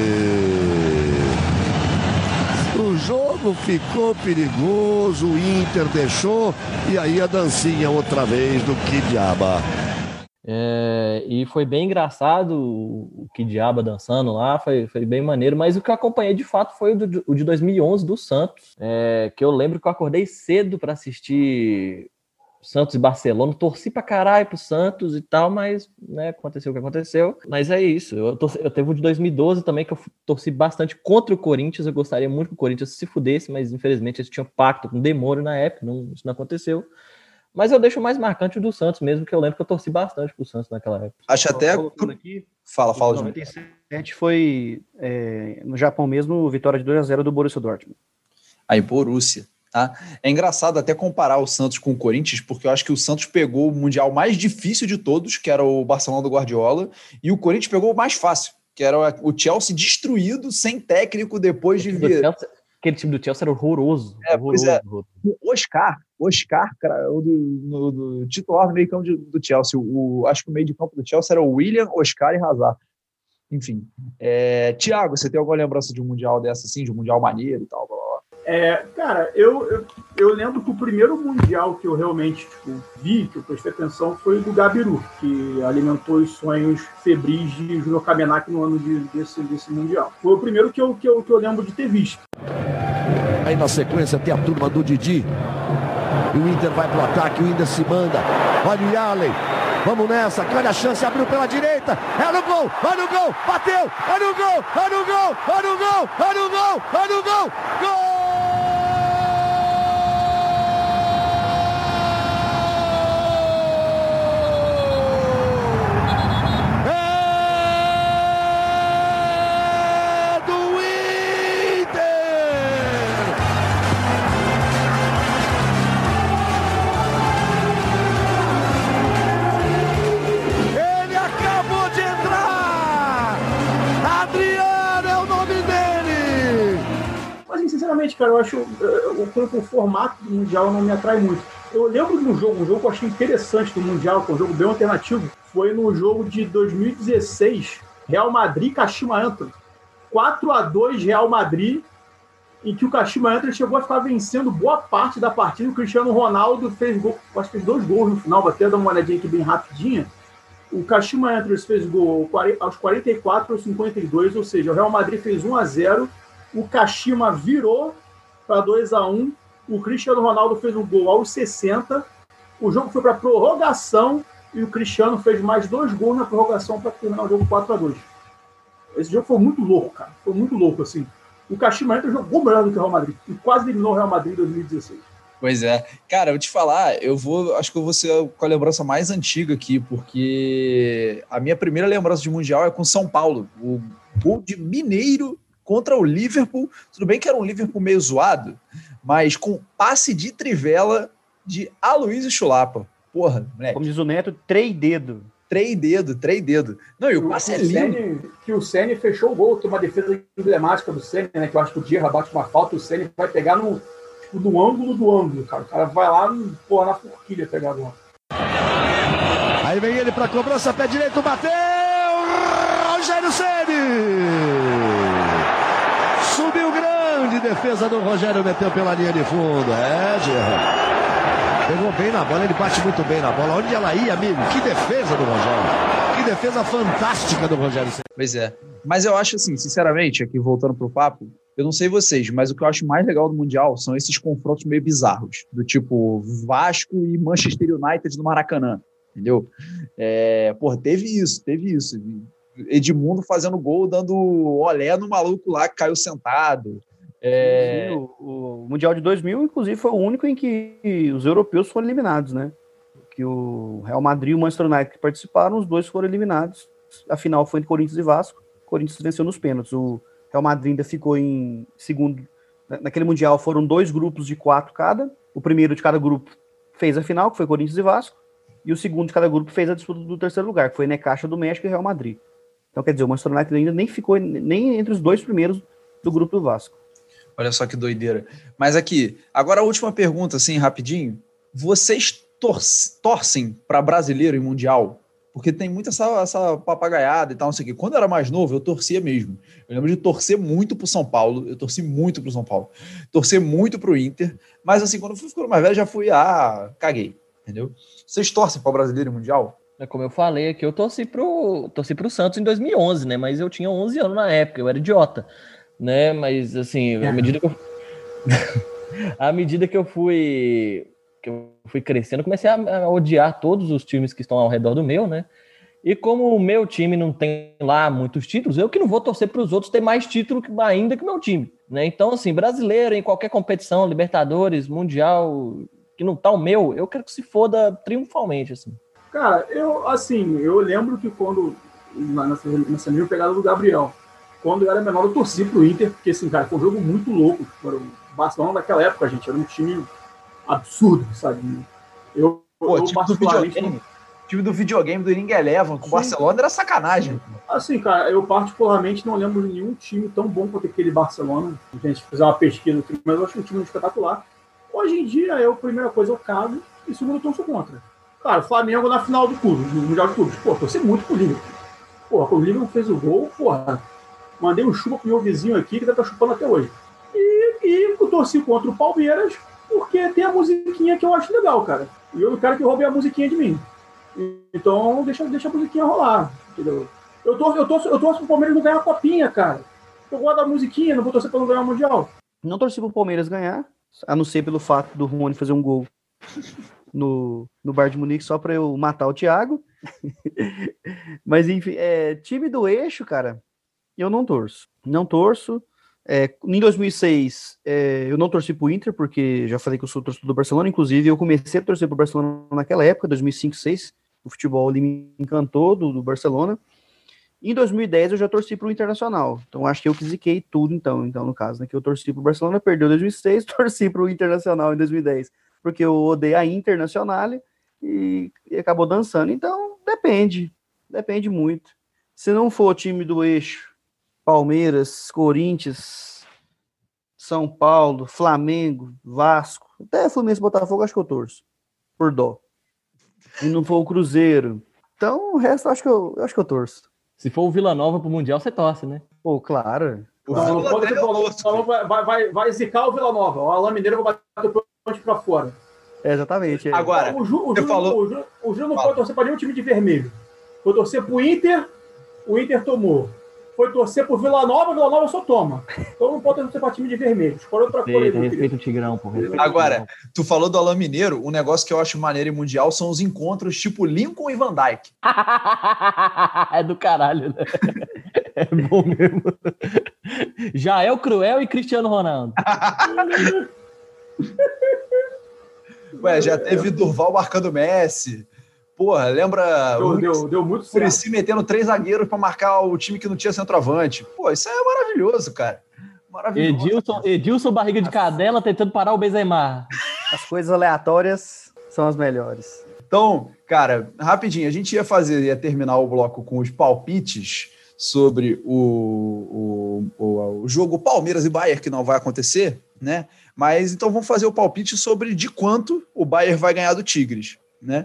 Speaker 15: O jogo ficou perigoso, o Inter deixou, e aí a dancinha outra vez do Kidiaba.
Speaker 2: É, e foi bem engraçado o, o Kidiaba dançando lá, foi, foi bem maneiro, mas o que eu acompanhei de fato foi o, do, o de dois mil e onze do Santos, é, que eu lembro que eu acordei cedo para assistir Santos e Barcelona, torci pra caralho pro Santos e tal, mas né, aconteceu o que aconteceu, mas é isso, eu, torci, eu teve o de dois mil e doze também, que eu torci bastante contra o Corinthians, eu gostaria muito que o Corinthians se fudesse, mas infelizmente eles tinham pacto com o demônio na época, não, isso não aconteceu. Mas eu deixo mais marcante o do Santos mesmo, que eu lembro que eu torci bastante pro Santos naquela época.
Speaker 1: Acho até...
Speaker 6: Aqui,
Speaker 1: fala, fala,
Speaker 6: Júnior. noventa e sete foi, é, no Japão mesmo, vitória de dois a zero do Borussia Dortmund.
Speaker 1: Aí, Borussia, tá? É engraçado até comparar o Santos com o Corinthians, porque eu acho que o Santos pegou o Mundial mais difícil de todos, que era o Barcelona do Guardiola, e o Corinthians pegou o mais fácil, que era o Chelsea destruído, sem técnico, depois de vir...
Speaker 2: Aquele time do Chelsea era horroroso.
Speaker 1: É,
Speaker 2: horroroso.
Speaker 1: Pois é. O Oscar, Oscar, cara, o do, no, do titular do meio campo do Chelsea. O, acho que o meio de campo do Chelsea era o William, Oscar e Hazard. Enfim. É, Thiago, você tem alguma lembrança de um Mundial dessa, assim, de um Mundial maneiro e tal? Blá, blá.
Speaker 3: É, cara, eu, eu, eu lembro que o primeiro Mundial que eu realmente tipo, vi, que eu prestei atenção, foi o do Gabiru, que alimentou os sonhos febris de Júnior Kamenak no ano de, desse, desse Mundial. Foi o primeiro que eu, que, eu, que eu lembro de ter visto.
Speaker 15: Aí na sequência tem a turma do Didi. E o Inter vai pro ataque, o Inter se manda. Olha o Yaley. Vamos nessa, olha a chance, abriu pela direita. É no gol, olha o gol, bateu. Olha o gol, olha o gol, olha o gol, olha o gol, olha o gol. Gol!
Speaker 3: Sinceramente, cara, eu acho uh, o, o formato do Mundial não me atrai muito. Eu lembro de um jogo, um jogo que eu achei interessante do Mundial, que é um jogo bem alternativo, foi no jogo de dois mil e dezesseis, Real Madrid, Kashima Antlers. quatro a dois Real Madrid, em que o Kashima Antlers chegou a ficar vencendo boa parte da partida. O Cristiano Ronaldo fez gol, acho que fez dois gols no final, vou até dar uma olhadinha aqui bem rapidinha. O Kashima Antlers fez gol aos quarenta e quatro aos cinquenta e dois, ou seja, o Real Madrid fez um a zero, o Kashima virou para dois a um, o Cristiano Ronaldo fez um gol aos sessenta, o jogo foi para prorrogação e o Cristiano fez mais dois gols na prorrogação para terminar o jogo quatro a dois. Esse jogo foi muito louco, cara. Foi muito louco, assim. O Kashima Antlers jogou melhor do que o Real Madrid e quase eliminou o Real Madrid em dois mil e dezesseis.
Speaker 1: Pois é. Cara, eu vou te falar, eu vou, acho que eu vou ser com a lembrança mais antiga aqui, porque a minha primeira lembrança de Mundial é com São Paulo. O gol de Mineiro contra o Liverpool. Tudo bem que era um Liverpool meio zoado, mas com passe de trivela de Aloysio Chulapa. Porra, moleque.
Speaker 6: Como diz o Neto, três dedos.
Speaker 1: Três dedos, três dedos. Não, e o passe é lindo.
Speaker 3: Que o Ceni fechou o gol, tem uma defesa emblemática do Ceni, né? Que eu acho que o Diarra bate uma falta, o Ceni vai pegar no, tipo, no ângulo do ângulo, cara. O cara vai lá, porra, na forquilha pegar a bola.
Speaker 15: Aí vem ele pra cobrança, pé direito, bateu! Rogério Ceni! Subiu grande, defesa do Rogério, meteu pela linha de fundo. É, Diarra. Pegou bem na bola, ele bate muito bem na bola. Onde ela ia, amigo? Que defesa do Rogério. Que defesa fantástica do Rogério.
Speaker 1: Pois é. Mas eu acho assim, sinceramente, aqui voltando pro papo, eu não sei vocês, mas o que eu acho mais legal do Mundial são esses confrontos meio bizarros. Do tipo Vasco e Manchester United no Maracanã. Entendeu? É, porra, teve isso, teve isso. Edmundo fazendo gol, dando olé no maluco lá que caiu sentado. É...
Speaker 6: O, o Mundial de dois mil, inclusive, foi o único em que os europeus foram eliminados, né? Que o Real Madrid e o Manchester United que participaram, os dois foram eliminados. A final foi entre Corinthians e Vasco. O Corinthians venceu nos pênaltis. O Real Madrid ainda ficou em segundo. Naquele Mundial foram dois grupos de quatro cada. O primeiro de cada grupo fez a final, que foi Corinthians e Vasco. E o segundo de cada grupo fez a disputa do terceiro lugar, que foi Necaxa do México e Real Madrid. Então, quer dizer, o Manchester United ainda nem ficou nem entre os dois primeiros do grupo do Vasco.
Speaker 1: Olha só que doideira. Mas aqui, agora a última pergunta, assim, rapidinho. Vocês tor- torcem para brasileiro em Mundial? Porque tem muita essa, essa papagaiada e tal, não sei o quê. Quando eu era mais novo, eu torcia mesmo. Eu lembro de torcer muito pro São Paulo. Eu torci muito pro São Paulo. Torcer muito pro Inter. Mas, assim, quando eu fui ficando mais velho, já fui, ah, caguei. Entendeu? Vocês torcem para brasileiro em Mundial?
Speaker 2: É como eu falei aqui, eu torci pro, torci pro Santos em dois mil e onze, né? Mas eu tinha onze anos na época, eu era idiota. Né, mas assim, à medida que eu à medida que eu fui que eu fui crescendo, eu comecei a, a odiar todos os times que estão ao redor do meu, né? E como o meu time não tem lá muitos títulos, eu que não vou torcer para os outros ter mais título que, ainda que o meu time, né? Então, assim, brasileiro em qualquer competição, Libertadores, Mundial, que não tá o meu, eu quero que se foda triunfalmente, assim.
Speaker 3: Cara, eu, assim, eu lembro que quando nessa, nessa mesma pegada do Gabriel, quando eu era menor, eu torci pro Inter, porque, assim, cara, foi um jogo muito louco. O Barcelona naquela época, gente, era um time absurdo, sabe? Eu,
Speaker 1: Pô,
Speaker 3: eu
Speaker 1: time, do videogame, time do videogame do Ring Eleven com o Barcelona era sacanagem.
Speaker 3: Assim, cara, eu particularmente não lembro de nenhum time tão bom quanto aquele Barcelona. A gente fizer uma pesquisa, mas eu acho um time espetacular. Hoje em dia, eu, a primeira coisa, eu cago e segundo, eu torço contra. Cara, o Flamengo na final do clube, no Mundial de Clubes. Pô, torci muito pro Liverpool. Porra, o Liverpool fez o gol, porra. Mandei um chupa pro meu vizinho aqui, que deve estar chupando até hoje. E, e eu torci contra o Palmeiras, porque tem a musiquinha que eu acho legal, cara. E eu quero que roubei a musiquinha de mim. Então, deixa, deixa a musiquinha rolar, entendeu? Eu torço, eu torço, eu torço pro Palmeiras não ganhar a copinha, cara. Eu gosto da musiquinha, não vou torcer pra não ganhar o Mundial.
Speaker 6: Não torci pro Palmeiras ganhar, a não ser pelo fato do Rony fazer um gol no, no Bayern de Munique só pra eu matar o Thiago. Mas, enfim, é, time do eixo, cara, eu não torço. Não torço. É, em dois mil e seis, é, eu não torci pro Inter, porque já falei que eu sou torcedor do Barcelona. Inclusive, eu comecei a torcer pro Barcelona naquela época, dois mil e cinco, dois mil e seis. O futebol ali me encantou do, do Barcelona. Em dois mil e dez, eu já torci pro Internacional. Então, acho que eu que ziquei tudo, então, então no caso, né? Que eu torci pro Barcelona, perdeu em dois mil e seis, torci pro Internacional em dois mil e dez. Porque eu odeio a Internacional e, e acabou dançando. Então, depende. Depende muito. Se não for o time do eixo, Palmeiras, Corinthians, São Paulo, Flamengo, Vasco, até Fluminense e Botafogo, acho que eu torço, por dó. E não for o Cruzeiro. Então, o resto, acho que eu, eu acho que eu torço.
Speaker 2: Se for o Vila Nova pro Mundial, você torce, né?
Speaker 6: Pô, claro.
Speaker 3: Não, não pode ser Vila vai, vai, vai, vai zicar o Vila Nova. O Alain Mineiro vai bater o pênalti pra fora.
Speaker 6: É, exatamente. É.
Speaker 1: Agora,
Speaker 3: o Júlio, o Júlio,
Speaker 1: falou...
Speaker 3: o Júlio, o Júlio não Fala. pode torcer pra nenhum time de vermelho. Foi torcer pro Inter, o Inter tomou. Foi torcer pro Vila Nova, o Vila Nova só toma. Então não pode torcer pra time de vermelho. Escolha outra coisa.
Speaker 2: Respeita o Tigrão, pô.
Speaker 1: Agora, tu falou do Alain Mineiro, um negócio que eu acho maneiro e mundial são os encontros tipo Lincoln e Van Dijk.
Speaker 2: É do caralho, né? É bom mesmo. Jael Cruel e Cristiano Ronaldo.
Speaker 1: Ué, já teve Durval marcando Messi. Porra, lembra...
Speaker 3: Deu, deu, deu muito certo.
Speaker 1: Muricy metendo três zagueiros pra marcar o time que não tinha centroavante. Pô, isso aí é maravilhoso, cara. Maravilhoso.
Speaker 2: Edilson, Edilson barriga de cadela tentando parar o Benzema.
Speaker 6: As coisas aleatórias são as melhores.
Speaker 1: Então, cara, rapidinho, a gente ia fazer, ia terminar o bloco com os palpites sobre o, o, o, o jogo Palmeiras e Bayern, que não vai acontecer, né? Mas então vamos fazer o palpite sobre de quanto o Bayern vai ganhar do Tigres, né?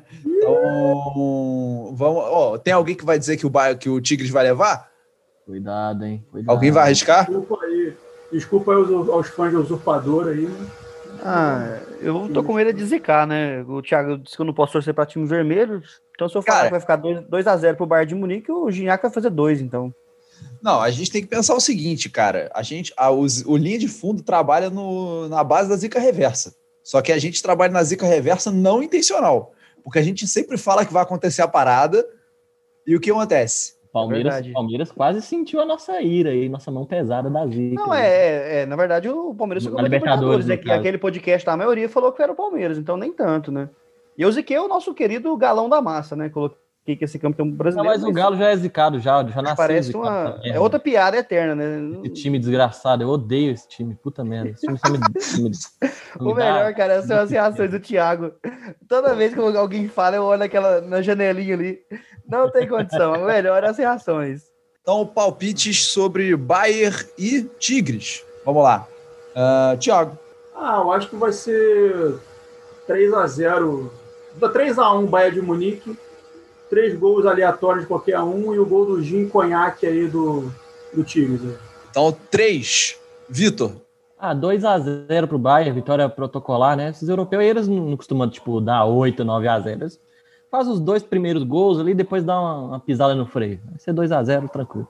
Speaker 1: Então, vamos, ó, tem alguém que vai dizer que o Bayern, que o Tigres vai levar?
Speaker 2: Cuidado, hein? Cuidado.
Speaker 1: Alguém vai arriscar?
Speaker 3: Desculpa aí, desculpa aí aos, aos fãs de usurpador aí, né?
Speaker 6: Ah, eu tô com medo de zicar, né? O Thiago disse que eu não posso torcer pra time vermelho, então se eu falar
Speaker 1: Cara,
Speaker 6: que vai ficar dois a zero pro Bayern de Munique, o Gignac vai fazer dois, então.
Speaker 1: Não, a gente tem que pensar o seguinte, cara. A gente, a, os, o linha de fundo trabalha no, na base da zica reversa. Só que a gente trabalha na zica reversa não intencional. Porque a gente sempre fala que vai acontecer a parada e o que acontece?
Speaker 2: Palmeiras,
Speaker 6: É
Speaker 2: Palmeiras quase sentiu a nossa ira aí, nossa mão pesada da zica.
Speaker 6: Não, é, é, é na verdade o Palmeiras ficou
Speaker 2: na Libertadores,
Speaker 6: é que aquele podcast, a maioria falou que era o Palmeiras, então nem tanto, né? E eu ziquei o nosso querido galão da massa, né? Coloquei que esse campeão brasileiro.
Speaker 2: Não, mas o Galo já é zicado, já, já nasceu
Speaker 6: parece
Speaker 2: zicado,
Speaker 6: uma...
Speaker 2: tá
Speaker 6: é outra piada eterna, né?
Speaker 2: Esse time desgraçado, eu odeio esse time, puta merda. Esse time só me, me, me
Speaker 6: O melhor, cara, são as reações do Thiago. Toda vez que alguém fala, eu olho aquela, na janelinha ali. Não tem condição, o melhor é as reações.
Speaker 1: Então, palpites sobre Bayern e Tigres. Vamos lá. Uh, Thiago.
Speaker 3: Ah, eu acho que vai ser três a zero. três a um Bayern de Munique. Três gols aleatórios de qualquer um e o gol do Gin Conhaque aí do, do Tigres. Né?
Speaker 1: Então, três. Vitor.
Speaker 2: Ah, dois a zero pro Bayern, vitória protocolar, né? Esses europeus, eles não costumam, tipo, dar oito, nove a zero. Eles fazem os dois primeiros gols ali e depois dá uma, uma pisada no freio. Vai ser dois a zero, tranquilo.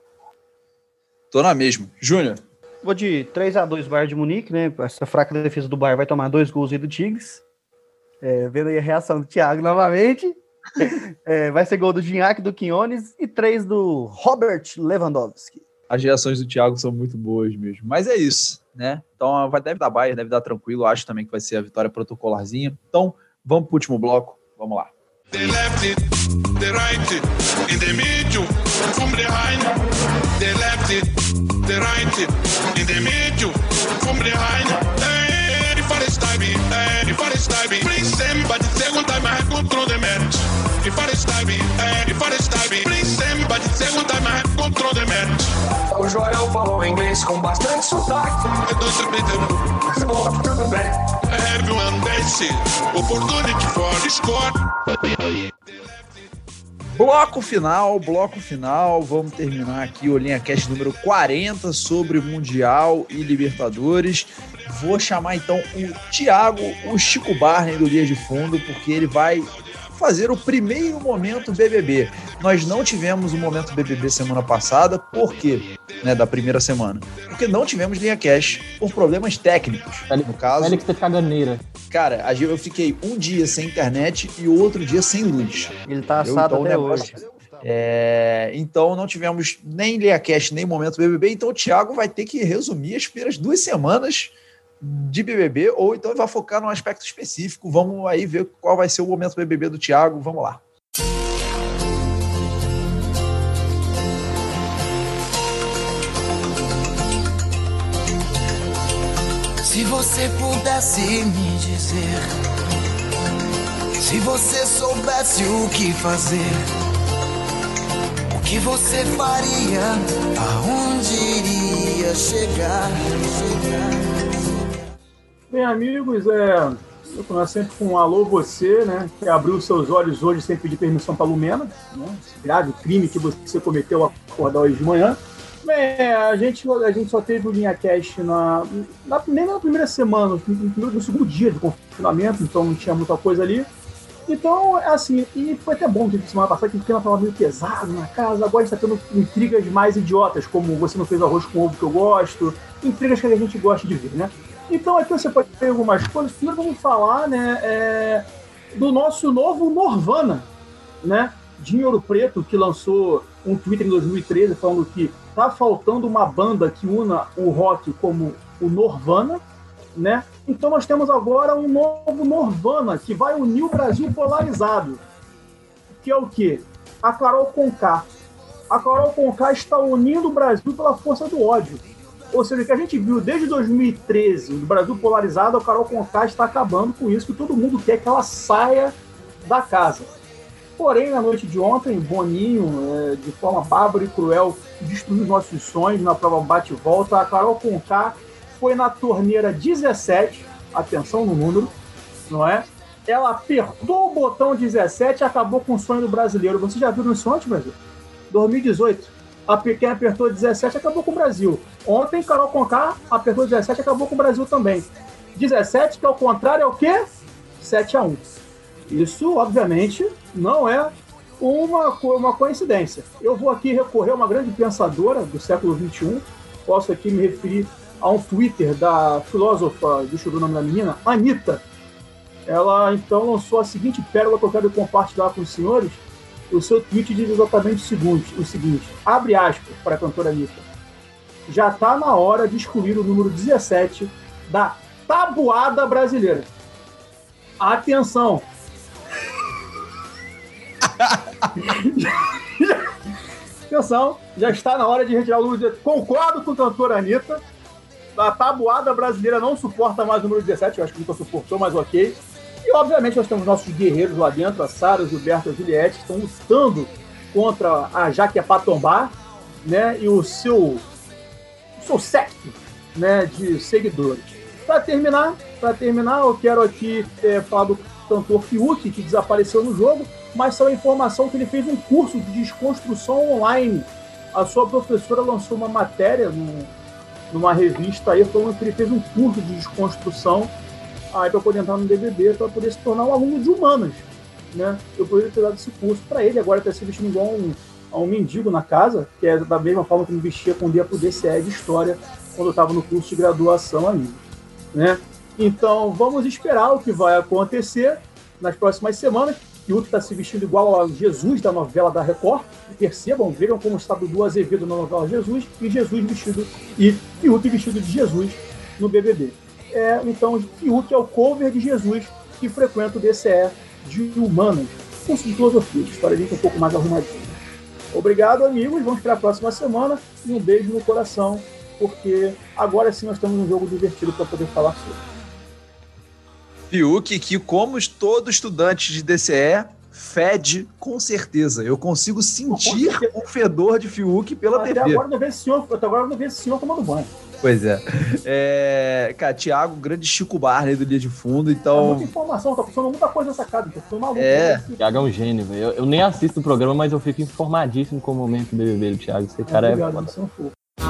Speaker 1: Tô na mesma. Júnior.
Speaker 6: Vou de três a dois Bayern de Munique, né? Essa fraca defesa do Bayern vai tomar dois gols aí do Tigres. É, vendo aí a reação do Thiago novamente. É, vai ser gol do Gignac, do Quinones e três do Robert Lewandowski.
Speaker 1: As reações do Thiago são muito boas mesmo. Mas é isso, né? Então vai, deve dar Bayern, deve dar tranquilo. Acho também que vai ser a vitória protocolarzinha. Então vamos pro último bloco. Vamos lá.
Speaker 16: The left, the right, in the middle, from behind. The left, the right, in the middle, from behind. Hey, for the stabby, hey, for the stabby. Please send, but the second time I control the match. For the stabby, hey, for the stabby. Please send, but the second time I control the match.
Speaker 17: O Joel falou inglês com bastante sotaque.
Speaker 16: Eu tô sabendo.
Speaker 17: Bom, tudo bem.
Speaker 16: Everyone dance, opportunity for the score.
Speaker 1: Bloco final, bloco final. Vamos terminar aqui o Linha Cast número quarenta sobre Mundial e Libertadores. Vou chamar então o Thiago, o Chico Barney do Linha de Fundo, porque ele vai fazer o primeiro momento B B B. Nós não tivemos o momento B B B semana passada, por quê? Né, da primeira semana. Porque não tivemos Linha Cash por problemas técnicos. No caso,
Speaker 2: Félix teve caganeira.
Speaker 1: Cara, eu fiquei um dia sem internet e outro dia sem luz.
Speaker 6: Ele tá assado
Speaker 1: então,
Speaker 6: até
Speaker 1: negócio...
Speaker 6: hoje.
Speaker 1: É... Então não tivemos nem Linha Cash, nem momento B B B. Então o Thiago vai ter que resumir as primeiras duas semanas de B B B, ou então ele vai focar num aspecto específico. Vamos aí ver qual vai ser o momento B B B do Thiago. Vamos lá.
Speaker 18: Se você pudesse me dizer, se você soubesse o que fazer, o que você faria, aonde iria chegar, chegar.
Speaker 3: Bem, amigos, é, eu começo sempre com um alô você, né, que abriu seus olhos hoje sem pedir permissão para a Lumena, né, esse grave crime que você cometeu ao acordar hoje de manhã. Bem, a gente, a gente só teve o Linha Cast na, na, nem na primeira semana, no, no segundo dia de confinamento, então não tinha muita coisa ali. Então, assim, e foi até bom que semana passada que o clima estava meio pesado na casa, agora está tendo intrigas mais idiotas, como você não fez arroz com ovo que eu gosto, intrigas que a gente gosta de ver, né? Então aqui você pode ter algumas coisas. Primeiro vamos falar, né, é, do nosso novo Norvana, né, de Ouro Preto, que lançou um Twitter em dois mil e treze falando que tá faltando uma banda que una o rock como o Norvana, né? Então nós temos agora um novo Norvana que vai unir o Brasil polarizado, que é o quê? A Carol Conká. A Carol Conká está unindo o Brasil pela força do ódio. Ou seja, o que a gente viu desde dois mil e treze, o Brasil polarizado, a Carol Conká está acabando com isso, que todo mundo quer que ela saia da casa. Porém, na noite de ontem, Boninho, é, de forma bárbara e cruel, destruiu os nossos sonhos na prova bate-volta. A Carol Conká foi na torneira dezessete, atenção no número, não é? Ela apertou o botão dezessete e acabou com o sonho do brasileiro. Você já viu no sonho, Brasil? dois mil e dezoito, a quem apertou dezessete acabou com o Brasil. Ontem, Carol Conká apertou dezessete e acabou com o Brasil também. dezessete, que ao contrário é o quê? sete a um. Isso, obviamente, não é uma, uma coincidência. Eu vou aqui recorrer a uma grande pensadora do século vinte e um. Posso aqui me referir a um Twitter da filósofa, deixa eu ver o nome da menina, Anitta. Ela, então, lançou a seguinte pérola que eu quero compartilhar com os senhores. O seu tweet diz exatamente o seguinte, o seguinte, abre aspas para a cantora Anitta. Já está na hora de excluir o número dezessete da tabuada brasileira. Atenção! Atenção, já está na hora de retirar o número dezessete. Concordo com a cantora Anitta. A tabuada brasileira não suporta mais o número dezessete, eu acho que nunca suportou, mas ok. E, obviamente, nós temos nossos guerreiros lá dentro, a Sara, o Gilberto e a Juliette, que estão lutando contra a Jaque Patombá, né, e o seu, o seu secto, né, de seguidores. Para terminar, para terminar, eu quero aqui é, falar do cantor Fiuk, que desapareceu no jogo, mas só a informação que ele fez um curso de desconstrução online. A sua professora lançou uma matéria no, numa revista aí, falando que ele fez um curso de desconstrução aí para poder entrar no B B B, para poder se tornar um aluno de humanas, né? Eu poderia ter dado esse curso para ele, agora está se vestindo igual um, a um mendigo na casa, que é da mesma forma que me vestia quando ia para o D C E de História, quando eu estava no curso de graduação ainda, né? Então, vamos esperar o que vai acontecer nas próximas semanas. Fiuk está se vestindo igual a Jesus da novela da Record. Percebam, vejam como está Dudu Azevedo na novela Jesus, e Jesus vestido, e Fiuk vestido de Jesus no B B B. É, então, Fiuk é o cover de Jesus que frequenta o D C E de Humanas, curso de filosofia, de história um pouco mais arrumadinha. Obrigado, amigos. Vamos para a próxima semana e um beijo no coração, porque agora sim nós temos um jogo divertido para poder falar sobre.
Speaker 1: Fiuk, que como todo estudante de D C E, fede com certeza. Eu consigo sentir o fedor de Fiuk pela
Speaker 3: até
Speaker 1: T V.
Speaker 3: Agora eu não vejo esse senhor, até agora eu não vejo esse senhor tomando banho.
Speaker 1: Pois é. é. Cara, Thiago, grande Chico Barney do Dia de Fundo, então...
Speaker 3: É muita informação, tá funcionando muita coisa nessa casa, eu tô maluco.
Speaker 1: É.
Speaker 2: Thiago é um gênio, velho. Eu, eu nem assisto o programa, mas eu fico informadíssimo com o momento do B B B do Thiago. Esse cara é...
Speaker 3: Obrigado, você é um fofo.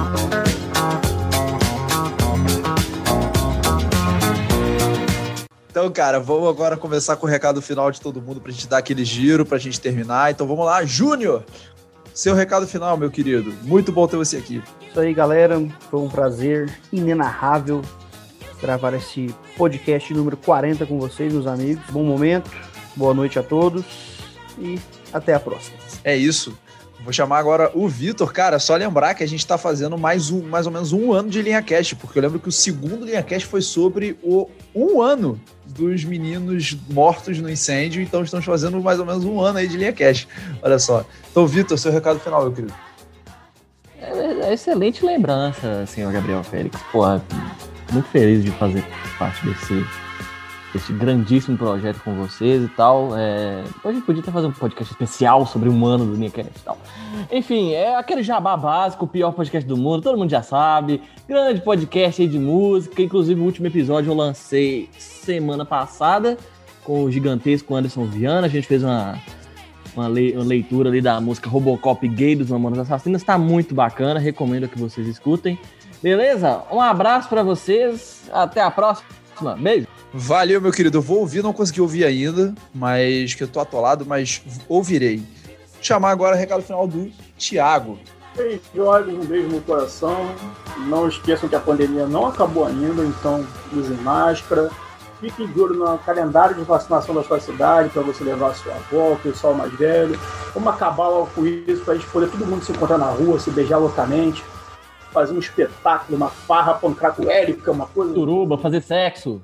Speaker 1: Então, cara, vamos agora começar com o recado final de todo mundo pra gente dar aquele giro, pra gente terminar. Então vamos lá, Júnior, seu recado final, meu querido. Muito bom ter você aqui.
Speaker 6: Isso aí, galera. Foi um prazer inenarrável gravar esse podcast número quarenta com vocês, meus amigos. Bom momento, boa noite a todos e até a próxima.
Speaker 1: É isso. Vou chamar agora o Vitor. Cara, só lembrar que a gente tá fazendo mais, um, mais ou menos um ano de Linha Cast, porque eu lembro que o segundo Linha Cast foi sobre o um ano dos meninos mortos no incêndio, então estamos fazendo mais ou menos um ano aí de Linha Cast. Olha só. Então, Vitor, seu recado final, meu querido.
Speaker 2: É, é excelente lembrança, senhor Gabriel Félix. Porra, muito feliz de fazer parte desse... esse grandíssimo projeto com vocês e tal. É... A gente podia até fazer um podcast especial sobre um ano do Linhacast e tal. Enfim, é aquele jabá básico, o pior podcast do mundo, todo mundo já sabe. Grande podcast aí de música. Inclusive, o último episódio eu lancei semana passada com o gigantesco Anderson Viana. A gente fez uma, uma, le, uma leitura ali da música Robocop Gay dos Mamonas Assassinas. Tá muito bacana, recomendo que vocês escutem. Beleza? Um abraço pra vocês, até a próxima. Beijo.
Speaker 1: Valeu, meu querido. Eu vou ouvir, não consegui ouvir ainda, mas que eu tô atolado, mas ouvirei. Vou chamar agora o recado final do Thiago.
Speaker 3: Ei, jovens, um beijo no coração. Não esqueçam que a pandemia não acabou ainda, então usem máscara. Fiquem de olho no calendário de vacinação da sua cidade para você levar a sua avó, o pessoal mais velho. Vamos acabar logo com isso para a gente poder todo mundo se encontrar na rua, se beijar loucamente, fazer um espetáculo, uma farra pancracoérica, uma coisa...
Speaker 2: Suruba, fazer sexo.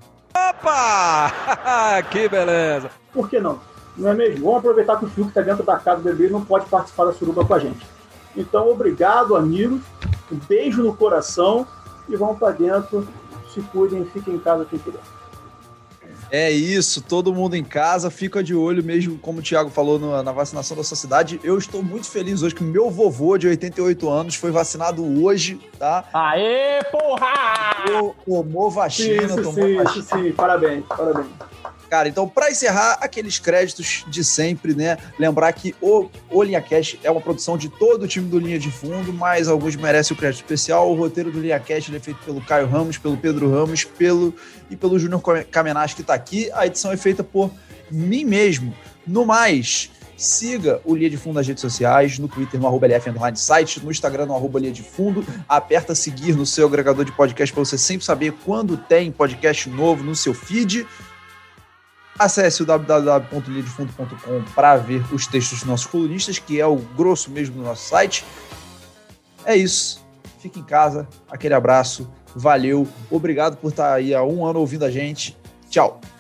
Speaker 4: Opa! Que beleza!
Speaker 3: Por que não? Não é mesmo? Vamos aproveitar que o Fiuk está dentro da casa do bebê e não pode participar da suruba com a gente. Então, obrigado, amigos. Um beijo no coração e vamos para dentro. Se cuidem, fiquem em casa quem puder.
Speaker 1: É isso, todo mundo em casa, fica de olho mesmo, como o Thiago falou no, na vacinação da sua cidade. Eu estou muito feliz hoje que meu vovô de oitenta e oito anos foi vacinado hoje, tá?
Speaker 2: Aê, porra!
Speaker 1: Tomou vacina,
Speaker 3: isso,
Speaker 1: tomou
Speaker 3: sim,
Speaker 1: vacina.
Speaker 3: Isso, sim, parabéns, parabéns.
Speaker 1: Cara, então, para encerrar, aqueles créditos de sempre, né? Lembrar que o, o Linha Cash é uma produção de todo o time do Linha de Fundo, mas alguns merecem o crédito especial. O roteiro do Linha Cash ele é feito pelo Caio Ramos, pelo Pedro Ramos pelo, e pelo Júnior Kamenaski, que está aqui. A edição é feita por mim mesmo. No mais, siga o Linha de Fundo nas redes sociais, no Twitter, no arroba L F underline site, no Instagram, no arroba Linha de Fundo. Aperta seguir no seu agregador de podcast para você sempre saber quando tem podcast novo no seu feed. Acesse o w w w ponto linha de fundo ponto com para ver os textos dos nossos colunistas, que é o grosso mesmo do nosso site. É isso. Fique em casa. Aquele abraço. Valeu. Obrigado por estar aí há um ano ouvindo a gente. Tchau.